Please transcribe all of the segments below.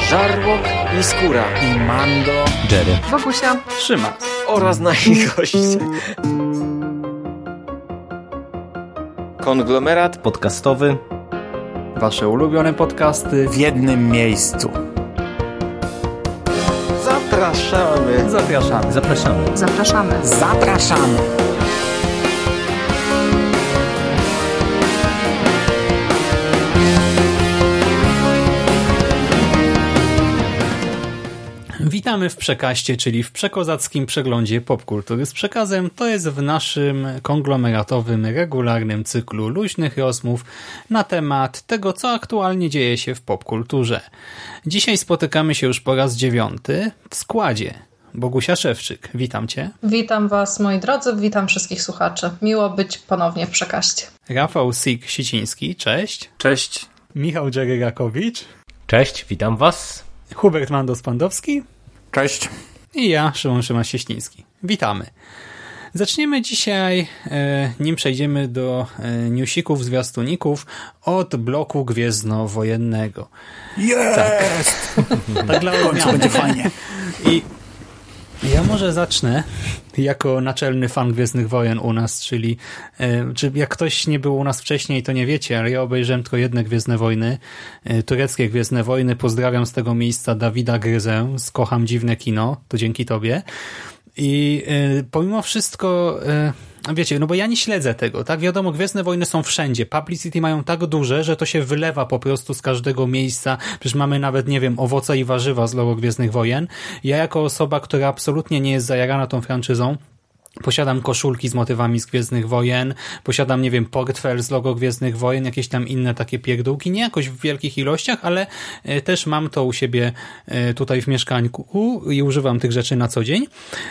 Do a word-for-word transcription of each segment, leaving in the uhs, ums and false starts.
Żarłok i Skóra i Mando, Jerry, Wokusia, Szymas oraz nasi goście. Konglomerat podcastowy. Wasze ulubione podcasty w jednym miejscu. Zapraszamy. Zapraszamy. Zapraszamy. zapraszamy. Zapraszamy. Witamy w Przekaście, czyli w przekozackim przeglądzie popkultury z przekazem. To jest w naszym konglomeratowym, regularnym cyklu luźnych rozmów na temat tego, co aktualnie dzieje się w popkulturze. Dzisiaj spotykamy się już po raz dziewiąty w składzie. Bogusia Szewczyk, witam Cię. Witam Was, moi drodzy, witam wszystkich słuchaczy. Miło być ponownie w Przekaście. Rafał Sik-Siciński, cześć. Cześć. Michał Dżeryrakowicz. Cześć, witam Was. Hubert Mandos-Pandowski. Cześć. I ja, Szymon Szymas-Cieśliński. Witamy. Zaczniemy dzisiaj, nim przejdziemy do newsików, zwiastuników, od bloku gwiezdnowojennego. Jest! Tak, tak dla odmiany. Będzie fajnie. I ja może zacznę jako naczelny fan Gwiezdnych Wojen u nas, czyli czy jak ktoś nie był u nas wcześniej, to nie wiecie, ale ja obejrzałem tylko jedne Gwiezdne Wojny, tureckie Gwiezdne Wojny. Pozdrawiam z tego miejsca Dawida Gryzę z Kocham Dziwne Kino, to dzięki tobie. I y, pomimo wszystko, y, wiecie, no bo ja nie śledzę tego, tak? Wiadomo, Gwiezdne Wojny są wszędzie. Publicity mają tak duże, że to się wylewa po prostu z każdego miejsca. Przecież mamy nawet, nie wiem, owoce i warzywa z logo Gwiezdnych Wojen. Ja jako osoba, która absolutnie nie jest zajarana tą franczyzą, posiadam koszulki z motywami z Gwiezdnych Wojen, posiadam, nie wiem, portfel z logo Gwiezdnych Wojen, jakieś tam inne takie pierdółki, nie jakoś w wielkich ilościach, ale też mam to u siebie tutaj w mieszkańcu i używam tych rzeczy na co dzień.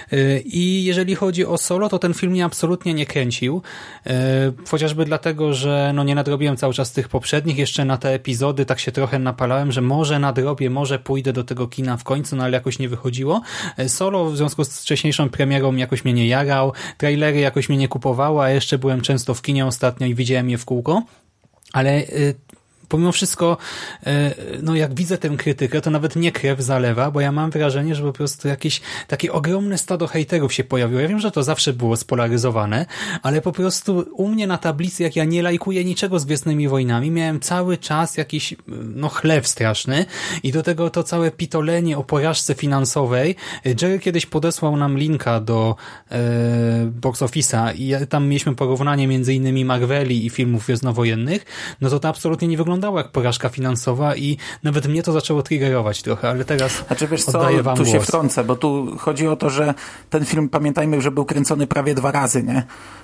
I jeżeli chodzi o Solo, to ten film mnie absolutnie nie kręcił, chociażby dlatego, że no nie nadrobiłem cały czas tych poprzednich, jeszcze na te epizody tak się trochę napalałem, że może nadrobię, może pójdę do tego kina w końcu, no ale jakoś nie wychodziło. Solo w związku z wcześniejszą premierą jakoś mnie nie jara. Trailery jakoś mnie nie kupowały, a jeszcze byłem często w kinie ostatnio i widziałem je w kółko, ale y, pomimo wszystko, y, no jak widzę tę krytykę, to nawet mnie krew zalewa, bo ja mam wrażenie, że po prostu jakieś takie ogromne stado hejterów się pojawiło. Ja wiem, że to zawsze było spolaryzowane, ale po prostu u mnie na tablicy, jak ja nie lajkuję niczego z Gwiezdnymi Wojnami, miałem cały czas jakiś no chlew straszny i do tego to całe pitolenie o porażce finansowej. Jerry kiedyś podesłał nam linka do e, box office'a i tam mieliśmy porównanie między innymi Marveli i filmów gwiezdnowojennych, no to to absolutnie nie wyglądało jak porażka finansowa i nawet mnie to zaczęło triggerować trochę, ale teraz znaczy, wiesz oddaję co, wam tu głos. się wtrącę, bo tu chodzi o to, że ten film, pamiętajmy, że był kręcony prawie dwa razy, nie?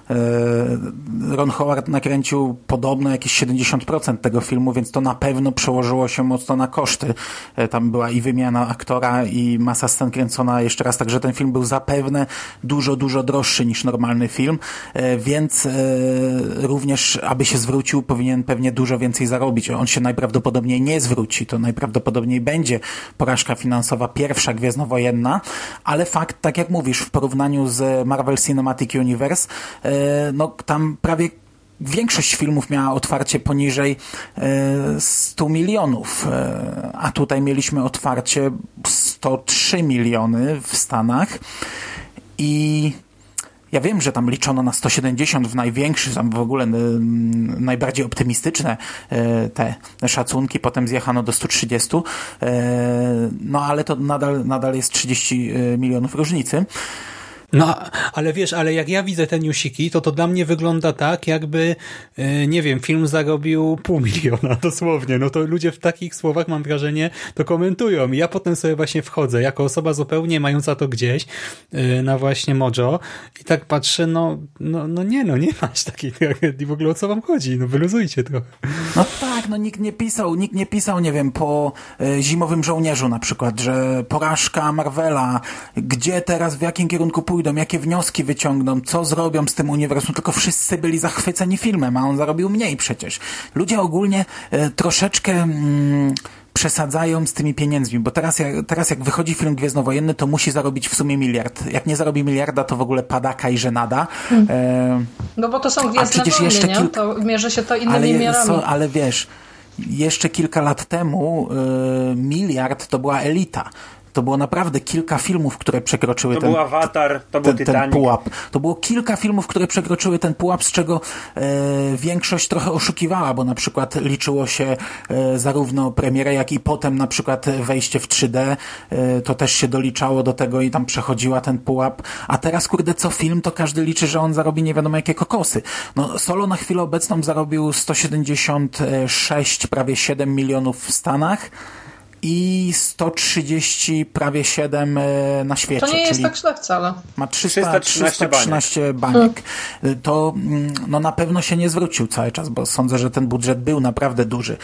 Ron Howard nakręcił podobno jakieś siedemdziesiąt procent tego filmu, więc to na pewno przełożyło się mocno na koszty. Tam była i wymiana aktora, i masa scen kręcona jeszcze raz, także ten film był zapewne dużo, dużo droższy niż normalny film, więc również, aby się zwrócił, powinien pewnie dużo więcej zarobić. On się najprawdopodobniej nie zwróci, to najprawdopodobniej będzie porażka finansowa pierwsza gwiezdnowojenna, ale fakt, tak jak mówisz, w porównaniu z Marvel Cinematic Universe, no tam prawie większość filmów miała otwarcie poniżej stu milionów, a tutaj mieliśmy otwarcie sto trzy miliony w Stanach i ja wiem, że tam liczono na sto siedemdziesiąt w największych, tam w ogóle najbardziej optymistyczne te szacunki, potem zjechano do stu trzydziestu, no ale to nadal, nadal jest trzydzieści milionów różnicy. No, ale wiesz, ale jak ja widzę te newsiki, to to dla mnie wygląda tak, jakby, yy, nie wiem, film zarobił pół miliona, dosłownie. No to ludzie w takich słowach, mam wrażenie, to komentują. I ja potem sobie właśnie wchodzę, jako osoba zupełnie mająca to gdzieś, yy, na właśnie Mojo i tak patrzę, no, no, no nie, no nie masz takiej tragedii. W ogóle o co wam chodzi? No wyluzujcie trochę. No tak, no nikt nie pisał, nikt nie pisał, nie wiem, po y, Zimowym Żołnierzu na przykład, że porażka Marvela, gdzie teraz, w jakim kierunku pójdą, jakie wnioski wyciągną, co zrobią z tym uniwersum, tylko wszyscy byli zachwyceni filmem, a on zarobił mniej przecież. Ludzie ogólnie y, troszeczkę mm, przesadzają z tymi pieniędzmi, bo teraz jak, teraz jak wychodzi film gwiezdnowojenny, to musi zarobić w sumie miliard. Jak nie zarobi miliarda, to w ogóle padaka i żenada. Hmm. E, no bo to są Gwiezdne Wojny, nie? kilka... To mierzy się to innymi ale, miarami. so, ale wiesz, jeszcze kilka lat temu yy, miliard to była elita. To było naprawdę kilka filmów, które przekroczyły to ten, był Avatar, to był ten, Titanic. ten pułap. To było kilka filmów, które przekroczyły ten pułap, z czego e, większość trochę oszukiwała, bo na przykład liczyło się e, zarówno premierę, jak i potem na przykład wejście w trzy D. E, to też się doliczało do tego i tam przechodziła ten pułap. A teraz, kurde, co film, to każdy liczy, że on zarobi nie wiadomo jakie kokosy. No, Solo na chwilę obecną zarobił sto siedemdziesiąt sześć, prawie siedem milionów w Stanach. I sto trzydzieści, prawie siedem na świecie. To nie jest czyli tak źle wcale. ma trzysta, trzysta trzynaście baniek. Hmm. To no, na pewno się nie zwrócił cały czas, bo sądzę, że ten budżet był naprawdę duży.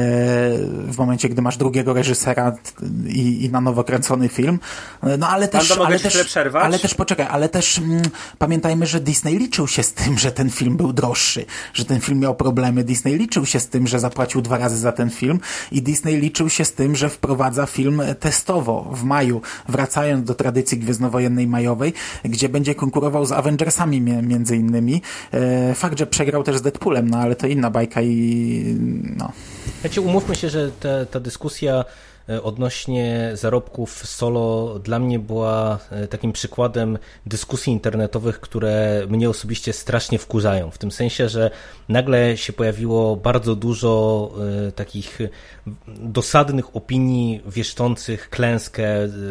W momencie, gdy masz drugiego reżysera i, i na nowo kręcony film. No ale też, ale też, ale też poczekaj, ale też mm, pamiętajmy, że Disney liczył się z tym, że ten film był droższy, że ten film miał problemy. Disney liczył się z tym, że zapłacił dwa razy za ten film i Disney liczył się z tym, że wprowadza film testowo w maju, wracając do tradycji gwiezdnowojennej majowej, gdzie będzie konkurował z Avengersami między innymi. E, fakt, że przegrał też z Deadpoolem, no ale to inna bajka i no. Wiecie, umówmy się, że te, ta dyskusja odnośnie zarobków Solo dla mnie była takim przykładem dyskusji internetowych, które mnie osobiście strasznie wkurzają. W tym sensie, że nagle się pojawiło bardzo dużo takich dosadnych opinii wieszczących klęskę,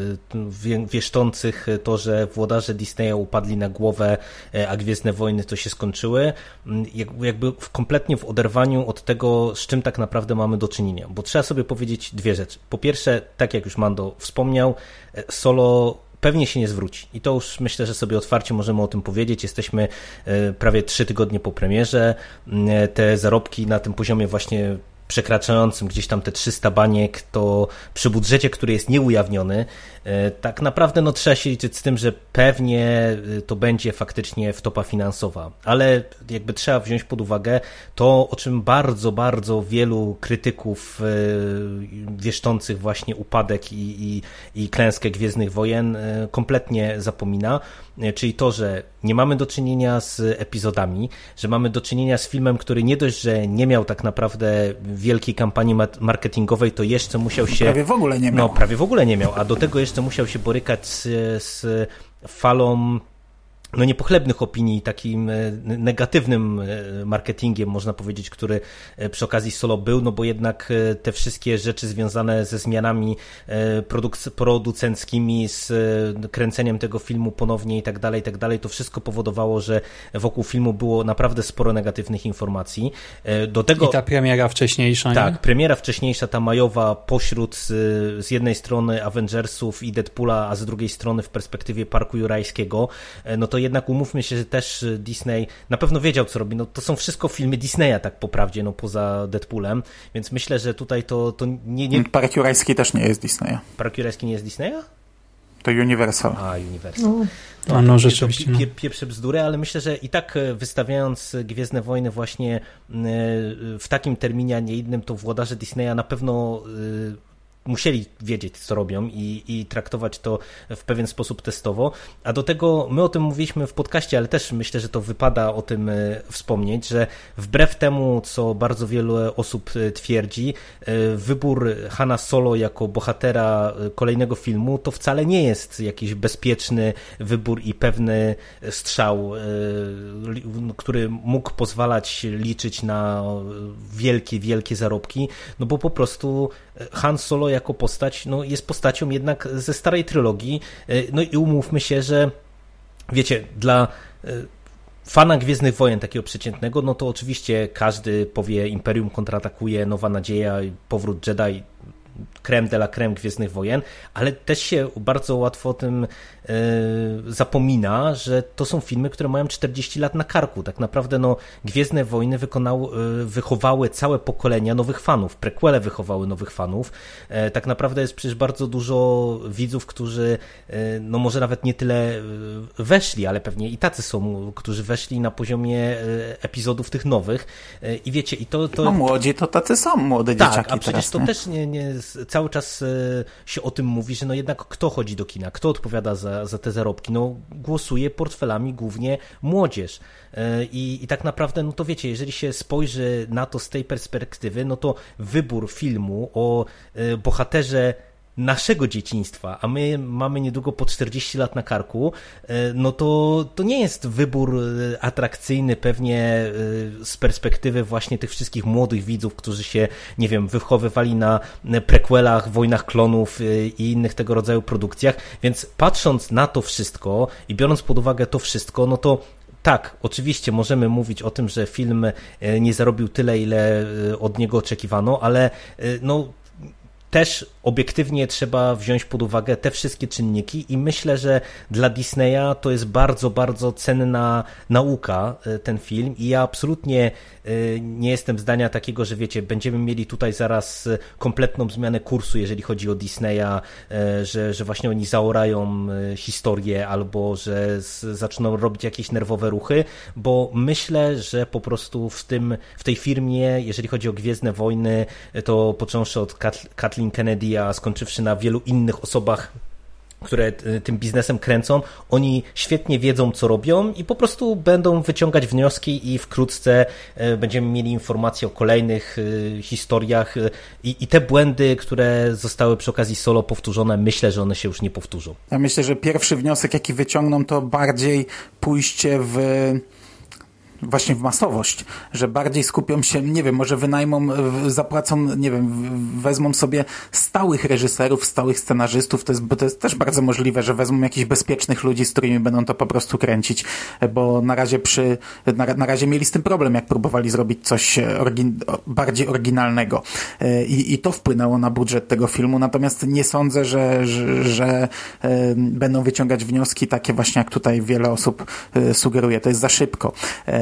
wieszczących to, że włodarze Disneya upadli na głowę, a Gwiezdne Wojny to się skończyły. Jakby kompletnie w oderwaniu od tego, z czym tak naprawdę mamy do czynienia. Bo trzeba sobie powiedzieć dwie rzeczy. Po pierwsze, tak jak już Mando wspomniał, Solo pewnie się nie zwróci. I to już myślę, że sobie otwarcie możemy o tym powiedzieć. Jesteśmy prawie trzy tygodnie po premierze. Te zarobki na tym poziomie właśnie przekraczającym gdzieś tam te trzysta baniek, to przy budżecie, który jest nieujawniony, tak naprawdę no trzeba się liczyć z tym, że pewnie to będzie faktycznie wtopa finansowa, ale jakby trzeba wziąć pod uwagę to, o czym bardzo, bardzo wielu krytyków wieszczących właśnie upadek i, i, i klęskę Gwiezdnych Wojen kompletnie zapomina, czyli to, że nie mamy do czynienia z epizodami, że mamy do czynienia z filmem, który nie dość, że nie miał tak naprawdę wielkiej kampanii marketingowej, to jeszcze musiał się... Prawie w ogóle nie miał. No, prawie w ogóle nie miał, a do tego jeszcze musiał się borykać z, z falą no niepochlebnych opinii, takim negatywnym marketingiem, można powiedzieć, który przy okazji Solo był, no bo jednak te wszystkie rzeczy związane ze zmianami produk- producenckimi, z kręceniem tego filmu ponownie i tak dalej, i tak dalej, to wszystko powodowało, że wokół filmu było naprawdę sporo negatywnych informacji. Do tego... I ta premiera wcześniejsza, Tak, nie? premiera wcześniejsza, ta majowa, pośród z, z jednej strony Avengersów i Deadpoola, a z drugiej strony w perspektywie Parku Jurajskiego, no to jednak umówmy się, że też Disney na pewno wiedział, co robi. No to są wszystko filmy Disneya, tak po prawdzie, no poza Deadpoolem, więc myślę, że tutaj to, to nie, nie... Park Jurajski też nie jest Disneya. Park Jurajski nie jest Disneya? To Universal. A, Universal. No, to, a no rzeczywiście. To pie, pieprze bzdury, ale myślę, że i tak wystawiając Gwiezdne Wojny właśnie w takim terminie, a nie innym, to włodarze Disneya na pewno musieli wiedzieć, co robią i, i traktować to w pewien sposób testowo, a do tego my o tym mówiliśmy w podcaście, ale też myślę, że to wypada o tym wspomnieć, że wbrew temu, co bardzo wiele osób twierdzi, wybór Hana Solo jako bohatera kolejnego filmu to wcale nie jest jakiś bezpieczny wybór i pewny strzał, który mógł pozwalać liczyć na wielkie, wielkie zarobki, no bo po prostu Han Solo jako postać no, jest postacią jednak ze starej trylogii. No i umówmy się, że wiecie, dla fana Gwiezdnych Wojen takiego przeciętnego, no to oczywiście każdy powie Imperium kontratakuje, Nowa Nadzieja, Powrót Jedi, creme de la creme Gwiezdnych Wojen, ale też się bardzo łatwo o tym e, zapomina, że to są filmy, które mają czterdzieści lat na karku. Tak naprawdę no, Gwiezdne Wojny wykonały, e, wychowały całe pokolenia nowych fanów. Prequele wychowały nowych fanów. E, tak naprawdę jest przecież bardzo dużo widzów, którzy e, no może nawet nie tyle weszli, ale pewnie i tacy są, którzy weszli na poziomie e, epizodów tych nowych. E, I wiecie, i to... to... No młodzi to tacy są, młode tak, dzieciaki a przecież teraz, to nie? też nie, nie cały czas się o tym mówi, że no jednak kto chodzi do kina, kto odpowiada za, za te zarobki, no głosuje portfelami głównie młodzież. I, I tak naprawdę, no to wiecie, jeżeli się spojrzy na to z tej perspektywy, no to wybór filmu o bohaterze naszego dzieciństwa, a my mamy niedługo po czterdzieści lat na karku, no to, to nie jest wybór atrakcyjny pewnie z perspektywy właśnie tych wszystkich młodych widzów, którzy się, nie wiem, wychowywali na prequelach, Wojnach Klonów i innych tego rodzaju produkcjach, więc patrząc na to wszystko i biorąc pod uwagę to wszystko, no to tak, oczywiście możemy mówić o tym, że film nie zarobił tyle, ile od niego oczekiwano, ale no też obiektywnie trzeba wziąć pod uwagę te wszystkie czynniki i myślę, że dla Disneya to jest bardzo, bardzo cenna nauka ten film i ja absolutnie nie jestem zdania takiego, że wiecie, będziemy mieli tutaj zaraz kompletną zmianę kursu, jeżeli chodzi o Disneya, że, że właśnie oni zaorają historię albo że zaczną robić jakieś nerwowe ruchy, bo myślę, że po prostu w tym, w tej firmie, jeżeli chodzi o Gwiezdne Wojny, to począwszy od Kathleen Kennedy, a skończywszy na wielu innych osobach, które tym biznesem kręcą, oni świetnie wiedzą, co robią i po prostu będą wyciągać wnioski i wkrótce będziemy mieli informacje o kolejnych historiach i, i te błędy, które zostały przy okazji Solo powtórzone, myślę, że one się już nie powtórzą. Ja myślę, że pierwszy wniosek, jaki wyciągną, to bardziej pójście w właśnie w masowość, że bardziej skupią się, nie wiem, może wynajmą, zapłacą, nie wiem, wezmą sobie stałych reżyserów, stałych scenarzystów, to jest, bo to jest też bardzo możliwe, że wezmą jakichś bezpiecznych ludzi, z którymi będą to po prostu kręcić, bo na razie przy, na, na razie mieli z tym problem, jak próbowali zrobić coś orygin, bardziej oryginalnego I, i to wpłynęło na budżet tego filmu, natomiast nie sądzę, że, że, że będą wyciągać wnioski takie właśnie, jak tutaj wiele osób sugeruje, to jest za szybko.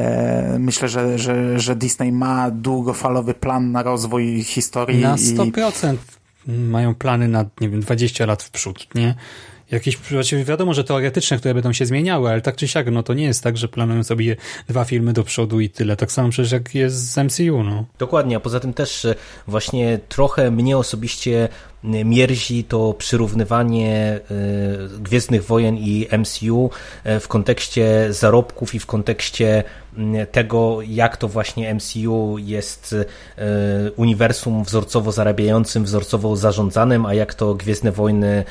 Myślę, że, że, że Disney ma długofalowy plan na rozwój historii. Na sto procent i... mają plany na, nie wiem, dwadzieścia lat w przód, nie? Jakieś, wiadomo, że teoretyczne, które będą się zmieniały, ale tak czy siak, no to nie jest tak, że planują sobie dwa filmy do przodu i tyle. Tak samo przecież jak jest z M C U, no. Dokładnie, a poza tym też właśnie trochę mnie osobiście mierzi to przyrównywanie Gwiezdnych Wojen i M C U w kontekście zarobków i w kontekście tego, jak to właśnie M C U jest uniwersum wzorcowo zarabiającym, wzorcowo zarządzanym, a jak to Gwiezdne Wojny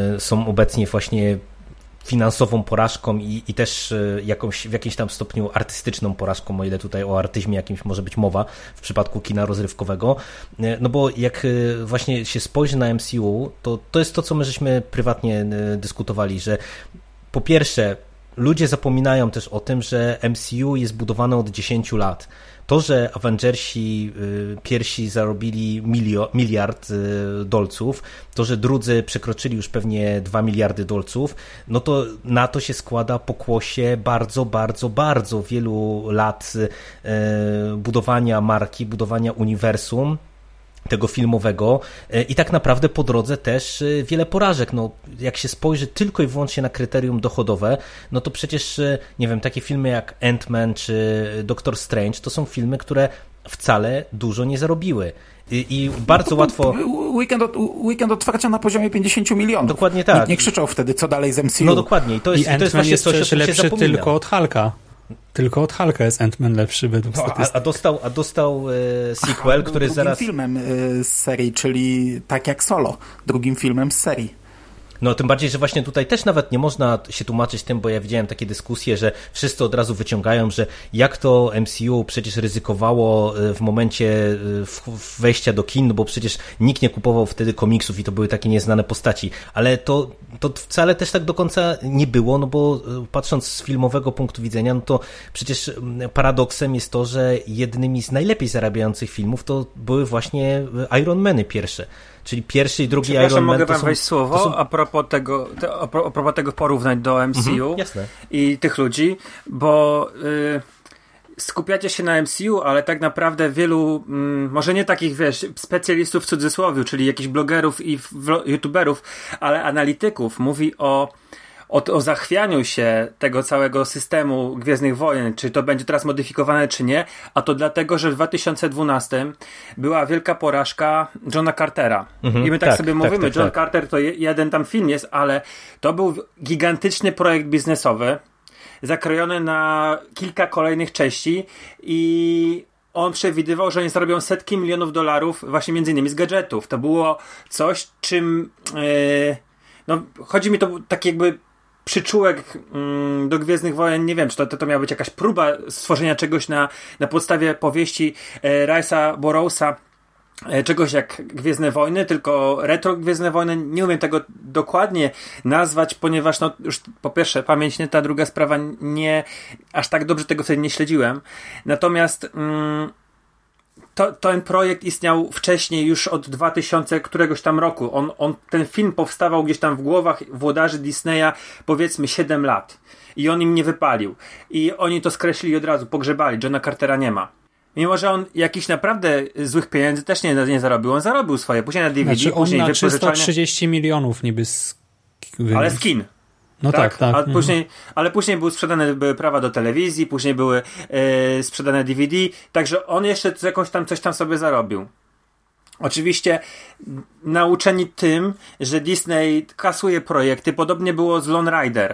są obecnie właśnie finansową porażką i, i też jakąś, w jakimś tam stopniu artystyczną porażką, o ile tutaj o artyzmie jakimś może być mowa w przypadku kina rozrywkowego. No bo jak właśnie się spojrzy na M C U, to to jest to, co my żeśmy prywatnie dyskutowali, że po pierwsze ludzie zapominają też o tym, że M C U jest budowane od dziesięciu lat. To, że Avengersi pierwsi zarobili milio, miliard dolców, to, że drudzy przekroczyli już pewnie dwa miliardy dolców, no to na to się składa pokłosie bardzo, bardzo, bardzo wielu lat budowania marki, budowania uniwersum tego filmowego i tak naprawdę po drodze też wiele porażek. No, jak się spojrzy tylko i wyłącznie na kryterium dochodowe, no to przecież, nie wiem, takie filmy jak Ant-Man czy Doctor Strange to są filmy, które wcale dużo nie zarobiły. I, i bardzo no łatwo... Weekend, od, weekend otwarcia na poziomie pięćdziesiąt milionów. Dokładnie tak. Nikt nie krzyczał wtedy, co dalej z M C U. No dokładnie. I to jest, I to jest właśnie jest coś, o czym lepszy się zapomina. tylko od Hulka. Tylko od Hulka jest Ant-Man lepszy według no, statystyk. A, a dostał, a dostał e, sequel, Ach, który drugim zaraz... filmem e, z serii, czyli tak jak Solo. Drugim filmem z serii. No tym bardziej, że właśnie tutaj też nawet nie można się tłumaczyć tym, bo ja widziałem takie dyskusje, że wszyscy od razu wyciągają, że jak to M C U przecież ryzykowało w momencie wejścia do kin, bo przecież nikt nie kupował wtedy komiksów i to były takie nieznane postaci, ale to, to wcale też tak do końca nie było, no bo patrząc z filmowego punktu widzenia, no to przecież paradoksem jest to, że jednymi z najlepiej zarabiających filmów to były właśnie Iron Many pierwsze. Czyli pierwszy i drugi Iron Man. Mogę wam są, wejść słowo są... a, propos tego, te, a propos tego porównań do M C U mhm, jasne. I tych ludzi, bo y, skupiacie się na M C U, ale tak naprawdę wielu, mm, może nie takich, wiesz, specjalistów w cudzysłowie, czyli jakichś blogerów i youtuberów, ale analityków mówi o o, o zachwianiu się tego całego systemu Gwiezdnych Wojen, czy to będzie teraz modyfikowane, czy nie, a to dlatego, że w dwa tysiące dwunastym była wielka porażka Johna Cartera. Mhm, I my tak, tak sobie tak, mówimy, tak, John tak. Carter to je, jeden tam film jest, ale to był gigantyczny projekt biznesowy, zakrojony na kilka kolejnych części i on przewidywał, że oni zarobią setki milionów dolarów właśnie między innymi z gadżetów. To było coś, czym yy, no, chodzi mi to tak jakby przyczółek yy, do Gwiezdnych Wojen. Nie wiem, czy to, to, to miała być jakaś próba stworzenia czegoś na, na podstawie powieści yy, Rice'a Burroughsa, yy, czegoś jak Gwiezdne Wojny, tylko retro Gwiezdne Wojny. Nie umiem tego dokładnie nazwać, ponieważ no, już po pierwsze pamięć nie ta, druga sprawa nie aż tak dobrze tego wtedy nie śledziłem. Natomiast yy, To, ten projekt istniał wcześniej, już od dwa tysiące któregoś tam roku. On, on, ten film powstawał gdzieś tam w głowach włodarzy Disneya powiedzmy siedem lat. I on im nie wypalił. I oni to skreślili od razu, pogrzebali. Johna Cartera nie ma. Mimo, że on jakichś naprawdę złych pieniędzy też nie, nie zarobił. On zarobił swoje. Później na D V D, znaczy później on na wypożyczalnie. trzysta trzydzieści milionów niby z... Ale z kin. No tak, tak. tak. A później, ale później były sprzedane były prawa do telewizji, później były yy, sprzedane D V D, także on jeszcze jakąś tam coś tam sobie zarobił. Oczywiście nauczeni tym, że Disney kasuje projekty, podobnie było z Lone Rider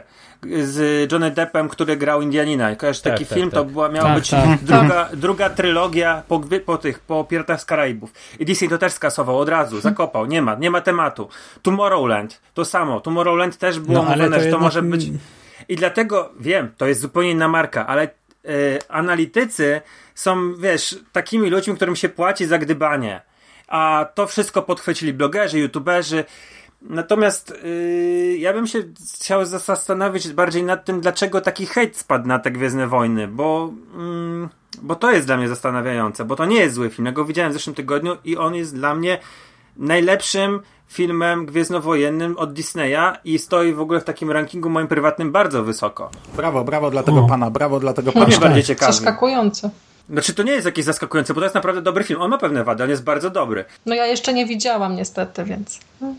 z Johnny Deppem, który grał Indianina. Kojarzysz tak, taki tak, film, tak. to była, miała tak, być tak. druga, druga trylogia po, po tych, po Piratach z Karaibów. I Disney to też skasował od razu, zakopał, nie ma, nie ma tematu. Tomorrowland, to samo. Tomorrowland też było no, mówione, to że to jednak... może być... I dlatego, wiem, to jest zupełnie inna marka, ale yy, analitycy są, wiesz, takimi ludźmi, którym się płaci za gdybanie. A to wszystko podchwycili blogerzy, youtuberzy. Natomiast yy, ja bym się chciał zastanowić bardziej nad tym, dlaczego taki hejt spadł na te Gwiezdne Wojny, bo, yy, bo to jest dla mnie zastanawiające, bo to nie jest zły film. Ja go widziałem w zeszłym tygodniu i on jest dla mnie najlepszym filmem gwiezdnowojennym od Disneya i stoi w ogóle w takim rankingu moim prywatnym bardzo wysoko. Brawo, brawo dla tego o. pana, brawo dla tego pana. Mnie bardziej ciekawi. Zaskakujące. Znaczy to nie jest jakieś zaskakujące, bo to jest naprawdę dobry film. On ma pewne wady, on jest bardzo dobry. No ja jeszcze nie widziałam niestety, więc...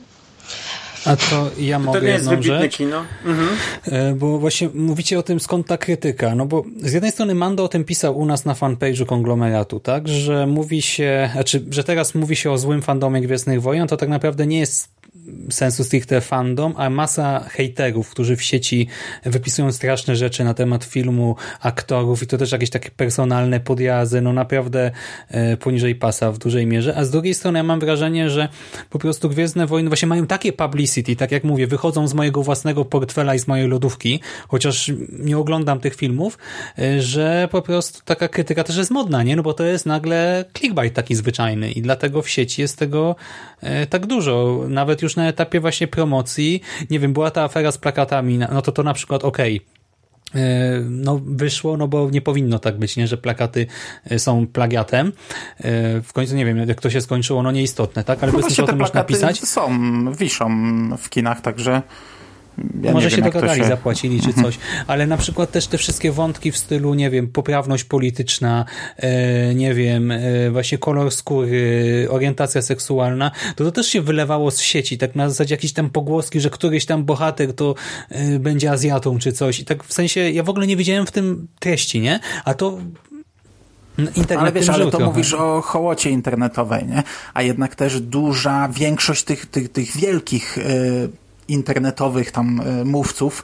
A to ja mogę to nie jest jedną wybitne rzecz, kino. Mhm. Bo właśnie mówicie o tym, skąd ta krytyka. No bo z jednej strony Mando o tym pisał u nas na fanpage'u Konglomeratu, tak, że mówi się, znaczy, że teraz mówi się o złym fandomie Gwiezdnych Wojen, to tak naprawdę nie jest sensu stricte fandom, a masa hejterów, którzy w sieci wypisują straszne rzeczy na temat filmu, aktorów i to też jakieś takie personalne podjazdy, no naprawdę e, poniżej pasa w dużej mierze, a z drugiej strony ja mam wrażenie, że po prostu Gwiezdne Wojny właśnie mają takie publicity, tak jak mówię, wychodzą z mojego własnego portfela i z mojej lodówki, chociaż nie oglądam tych filmów, e, że po prostu taka krytyka też jest modna, nie? No bo to jest nagle clickbait taki zwyczajny i dlatego w sieci jest tego e, tak dużo. Nawet już na etapie właśnie promocji, nie wiem, była ta afera z plakatami, no to to na przykład okej, okay. no wyszło, no bo nie powinno tak być, nie, że plakaty są plagiatem. W końcu nie wiem, jak to się skończyło, no nieistotne, tak? Ale no powiedzmy, że o tym można pisać. Są, wiszą w kinach, także ja może nie się wiem, dogadali, się... zapłacili czy coś, ale na przykład też te wszystkie wątki w stylu, nie wiem, poprawność polityczna, e, nie wiem, e, właśnie kolor skóry, orientacja seksualna, to to też się wylewało z sieci, tak na zasadzie jakieś tam pogłoski, że któryś tam bohater to e, będzie Azjatą czy coś i tak w sensie, ja w ogóle nie widziałem w tym treści, nie? A to Internet ale wiesz, ale to trochę. mówisz o hołocie internetowej, nie? A jednak też duża większość tych, tych, tych wielkich yy, internetowych tam y, mówców,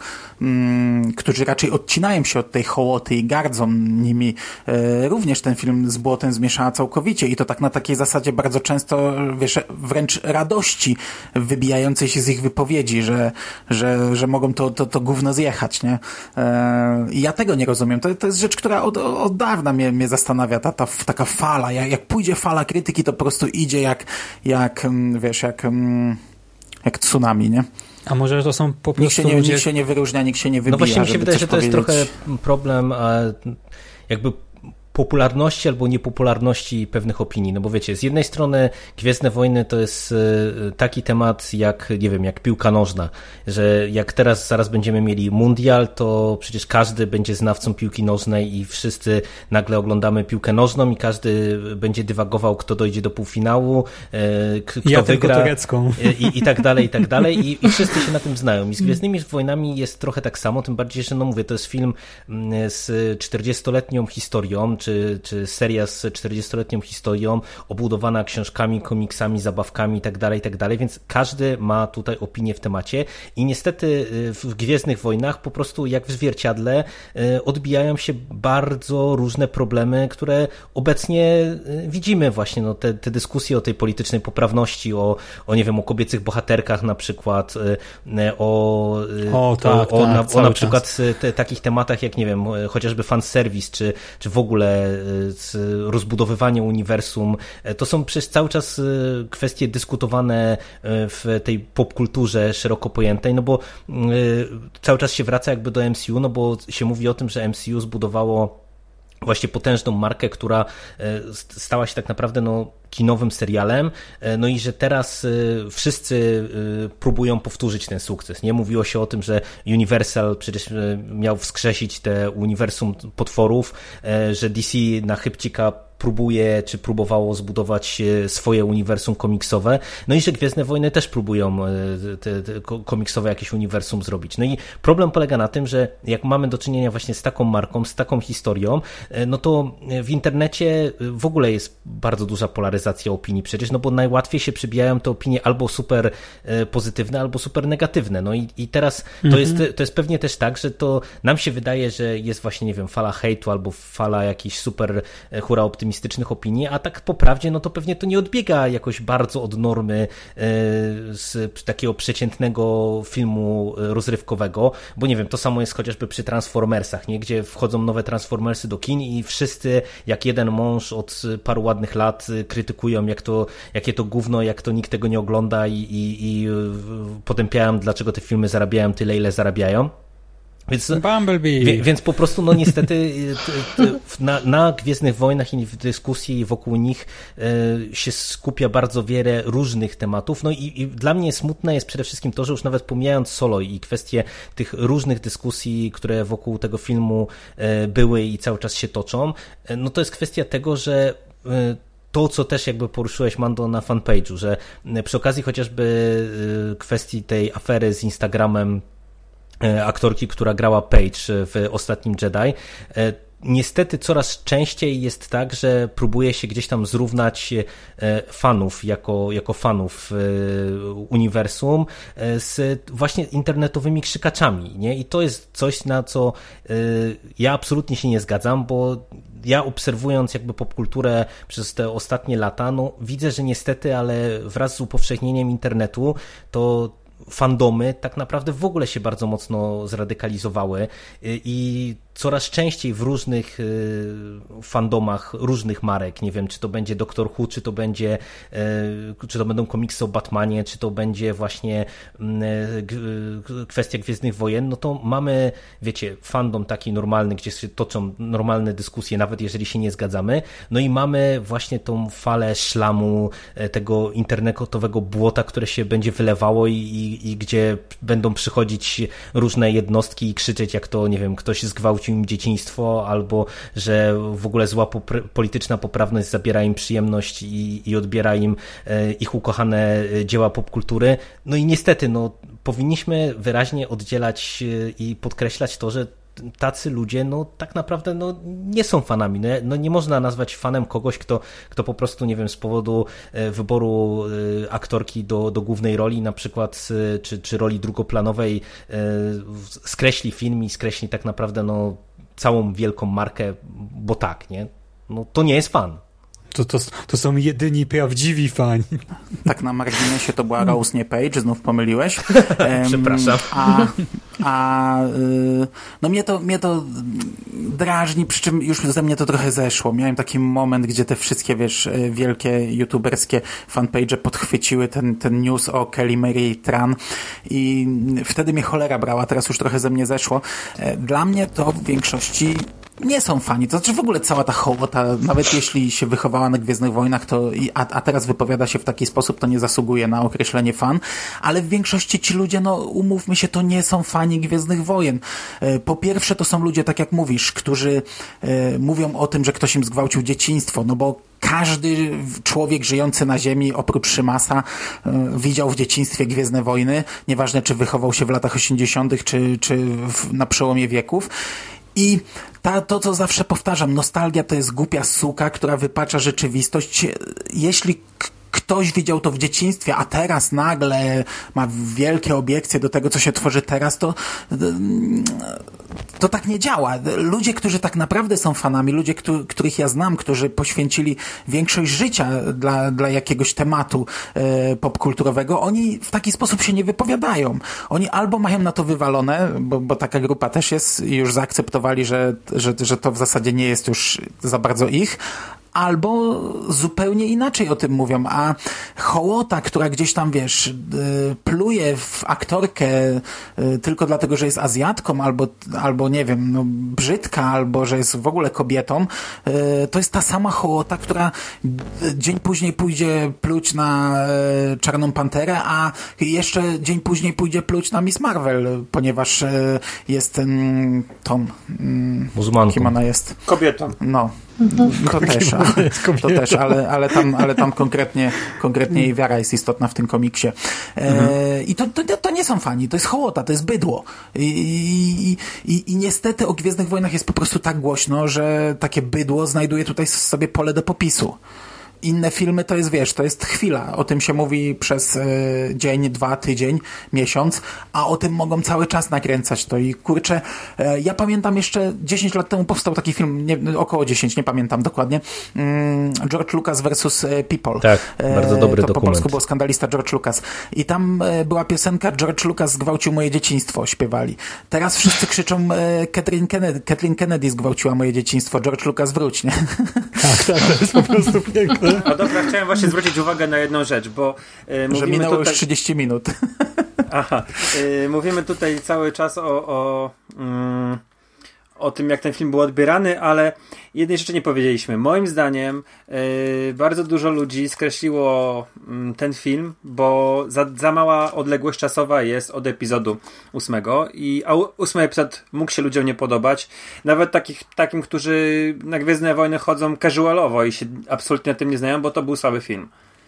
y, którzy raczej odcinają się od tej hołoty i gardzą nimi. Y, również ten film z błotem zmieszała całkowicie i to tak na takiej zasadzie bardzo często, wiesz, wręcz radości wybijającej się z ich wypowiedzi, że, że, że mogą to, to, to gówno zjechać, nie? I y, ja tego nie rozumiem. To, to jest rzecz, która od, od dawna mnie, mnie zastanawia, ta, ta taka fala. Jak, jak pójdzie fala krytyki, to po prostu idzie jak, jak wiesz, jak jak tsunami, nie? A może to są po prostu nikt się nie, ludzie... nikt się nie wyróżnia, nikt się nie wybija. No właśnie mi się wydaje, że to powiedzieć. jest trochę problem, a jakby popularności albo niepopularności pewnych opinii, no bo wiecie, z jednej strony Gwiezdne Wojny to jest taki temat jak, nie wiem, jak piłka nożna, że jak teraz zaraz będziemy mieli mundial, to przecież każdy będzie znawcą piłki nożnej i wszyscy nagle oglądamy piłkę nożną i każdy będzie dywagował, kto dojdzie do półfinału, kto ja wygra turecką. I, i tak dalej, i tak dalej i, i wszyscy się na tym znają i z Gwiezdnymi Wojnami jest trochę tak samo, tym bardziej, że no mówię, to jest film z czterdziestoletnią historią, czy, czy seria z czterdziestoletnią historią, obudowana książkami, komiksami, zabawkami i tak dalej, i tak dalej, więc każdy ma tutaj opinię w temacie i niestety w Gwiezdnych Wojnach po prostu jak w zwierciadle odbijają się bardzo różne problemy, które obecnie widzimy właśnie, no te, te dyskusje o tej politycznej poprawności, o, o nie wiem, o kobiecych bohaterkach na przykład, o, o, tak, o, o, tak, na, o na przykład te, takich tematach jak, nie wiem, chociażby fanserwis, czy, czy w ogóle rozbudowywanie uniwersum. To są przecież cały czas kwestie dyskutowane w tej popkulturze szeroko pojętej, no bo cały czas się wraca jakby do M C U, no bo się mówi o tym, że M C U zbudowało właśnie potężną markę, która stała się tak naprawdę no, kinowym serialem, no i że teraz wszyscy próbują powtórzyć ten sukces. Nie mówiło się o tym, że Universal przecież miał wskrzesić te uniwersum potworów, że D C na chybcika próbuje, czy próbowało zbudować swoje uniwersum komiksowe, no i że Gwiezdne Wojny też próbują te, te komiksowe jakieś uniwersum zrobić. No i problem polega na tym, że jak mamy do czynienia właśnie z taką marką, z taką historią, no to w internecie w ogóle jest bardzo duża polaryzacja opinii przecież, no bo najłatwiej się przybijają te opinie albo super pozytywne, albo super negatywne. No i, i teraz mhm. to, jest, to jest pewnie też tak, że to nam się wydaje, że jest właśnie, nie wiem, fala hejtu albo fala jakichś super hura optymistycznych opinii, a tak po prawdzie, no to pewnie to nie odbiega jakoś bardzo od normy z takiego przeciętnego filmu rozrywkowego, bo nie wiem, to samo jest chociażby przy Transformersach, nie? Gdzie wchodzą nowe Transformersy do kin i wszyscy jak jeden mąż od paru ładnych lat krytykują, jak to, jakie to gówno, jak to nikt tego nie ogląda i, i, i potępiają, dlaczego te filmy zarabiają tyle, ile zarabiają. Więc, Bumblebee. Więc po prostu no niestety na, na Gwiezdnych Wojnach i w dyskusji wokół nich się skupia bardzo wiele różnych tematów. No i, i dla mnie smutne jest przede wszystkim to, że już nawet pomijając Solo i kwestie tych różnych dyskusji, które wokół tego filmu były i cały czas się toczą, no to jest kwestia tego, że to, co też jakby poruszyłeś, Mando, na fanpage'u, że przy okazji chociażby kwestii tej afery z Instagramem aktorki, która grała Paige w ostatnim Jedi, niestety coraz częściej jest tak, że próbuje się gdzieś tam zrównać fanów jako, jako fanów uniwersum z właśnie internetowymi krzykaczami, nie? I to jest coś, na co ja absolutnie się nie zgadzam, bo ja obserwując jakby popkulturę przez te ostatnie lata, no widzę, że niestety, ale wraz z upowszechnieniem internetu to fandomy tak naprawdę w ogóle się bardzo mocno zradykalizowały i coraz częściej w różnych fandomach różnych marek, nie wiem, czy to będzie Doctor Who, czy to będzie, czy to będą komiksy o Batmanie, czy to będzie właśnie kwestia Gwiezdnych Wojen, no to mamy, wiecie, fandom taki normalny, gdzie się toczą normalne dyskusje, nawet jeżeli się nie zgadzamy, no i mamy właśnie tą falę szlamu, tego internetowego błota, które się będzie wylewało i, i, i gdzie będą przychodzić różne jednostki i krzyczeć, jak to, nie wiem, ktoś zgwałcił im dzieciństwo, albo że w ogóle zła popr- polityczna poprawność zabiera im przyjemność i, i odbiera im e, ich ukochane dzieła popkultury. No i niestety, no, powinniśmy wyraźnie oddzielać e, i podkreślać to, że tacy ludzie, no tak naprawdę no, nie są fanami. No, no nie można nazwać fanem kogoś, kto, kto po prostu, nie wiem, z powodu e, wyboru e, aktorki do, do głównej roli na przykład, e, czy, czy roli drugoplanowej e, skreśli film i skreśli tak naprawdę no, całą wielką markę, bo tak, nie? No to nie jest fan. To, to, to są jedyni prawdziwi fani. Tak na marginesie to była Rose, nie Page, znów pomyliłeś. Um, Przepraszam. A, a y, no mnie to, mnie to drażni, przy czym już ze mnie to trochę zeszło. Miałem taki moment, gdzie te wszystkie, wiesz, wielkie youtuberskie fanpage podchwyciły ten, ten news o Kelly Mary Tran i wtedy mnie cholera brała, teraz już trochę ze mnie zeszło. Dla mnie to w większości nie są fani. To znaczy w ogóle cała ta hołota, nawet jeśli się wychowała na Gwiezdnych Wojnach, to i, a, a teraz wypowiada się w taki sposób, to nie zasługuje na określenie fan, ale w większości ci ludzie, no umówmy się, to nie są fani Gwiezdnych Wojen. Po pierwsze, to są ludzie, tak jak mówisz, którzy e, mówią o tym, że ktoś im zgwałcił dzieciństwo, no bo każdy człowiek żyjący na Ziemi, oprócz Szymasa, e, widział w dzieciństwie Gwiezdne Wojny, nieważne czy wychował się w latach osiemdziesiątych, czy, czy w, na przełomie wieków. I ta, to, co zawsze powtarzam, nostalgia to jest głupia suka, która wypacza rzeczywistość. Jeśli k- ktoś widział to w dzieciństwie, a teraz nagle ma wielkie obiekcje do tego, co się tworzy teraz, to to tak nie działa. Ludzie, którzy tak naprawdę są fanami, ludzie, któ- których ja znam, którzy poświęcili większość życia dla, dla jakiegoś tematu e, popkulturowego, oni w taki sposób się nie wypowiadają. Oni albo mają na to wywalone, bo, bo taka grupa też jest i już zaakceptowali, że, że, że to w zasadzie nie jest już za bardzo ich, albo zupełnie inaczej o tym mówią, a hołota, która gdzieś tam, wiesz, pluje w aktorkę tylko dlatego, że jest Azjatką, albo, albo nie wiem, no, brzydka, albo że jest w ogóle kobietą, to jest ta sama hołota, która dzień później pójdzie pluć na Czarną Panterę, a jeszcze dzień później pójdzie pluć na Miss Marvel, ponieważ jest tą... Muzułmanką. Kim ona jest? Kobietą. No. To też, ale, to też ale, ale, tam, ale tam konkretnie, konkretnie jej wiara jest istotna w tym komiksie. E, mhm. I to, to, to nie są fani, to jest hołota, to jest bydło. I, i, i, I niestety o Gwiezdnych Wojnach jest po prostu tak głośno, że takie bydło znajduje tutaj sobie pole do popisu. Inne filmy to jest, wiesz, to jest chwila. O tym się mówi przez y, dzień, dwa, tydzień, miesiąc, a o tym mogą cały czas nakręcać to i kurczę, y, ja pamiętam jeszcze dziesięć lat temu powstał taki film, nie, około dziesięć, nie pamiętam dokładnie, y, George Lucas versus People. Tak, bardzo dobry y, to dokument. po polsku było Skandalista George Lucas. I tam y, była piosenka George Lucas zgwałcił moje dzieciństwo, śpiewali. Teraz wszyscy krzyczą y, Kathleen Kennedy, Kathleen Kennedy zgwałciła moje dzieciństwo, George Lucas wróć, nie? Tak, tak, to jest po prostu piękne. A dobra, chciałem właśnie zwrócić uwagę na jedną rzecz, bo yy, mówimy że minęło tutaj... już trzydzieści minut. Aha, yy, mówimy tutaj cały czas o, o, yy, o tym, jak ten film był odbierany, ale jednej rzeczy nie powiedzieliśmy. Moim zdaniem yy, bardzo dużo ludzi skreśliło yy, ten film, bo za, za mała odległość czasowa jest od epizodu ósmego i a ósmy epizod mógł się ludziom nie podobać. Nawet takich, takim, którzy na Gwiezdne Wojny chodzą casualowo i się absolutnie na tym nie znają, bo to był słaby film.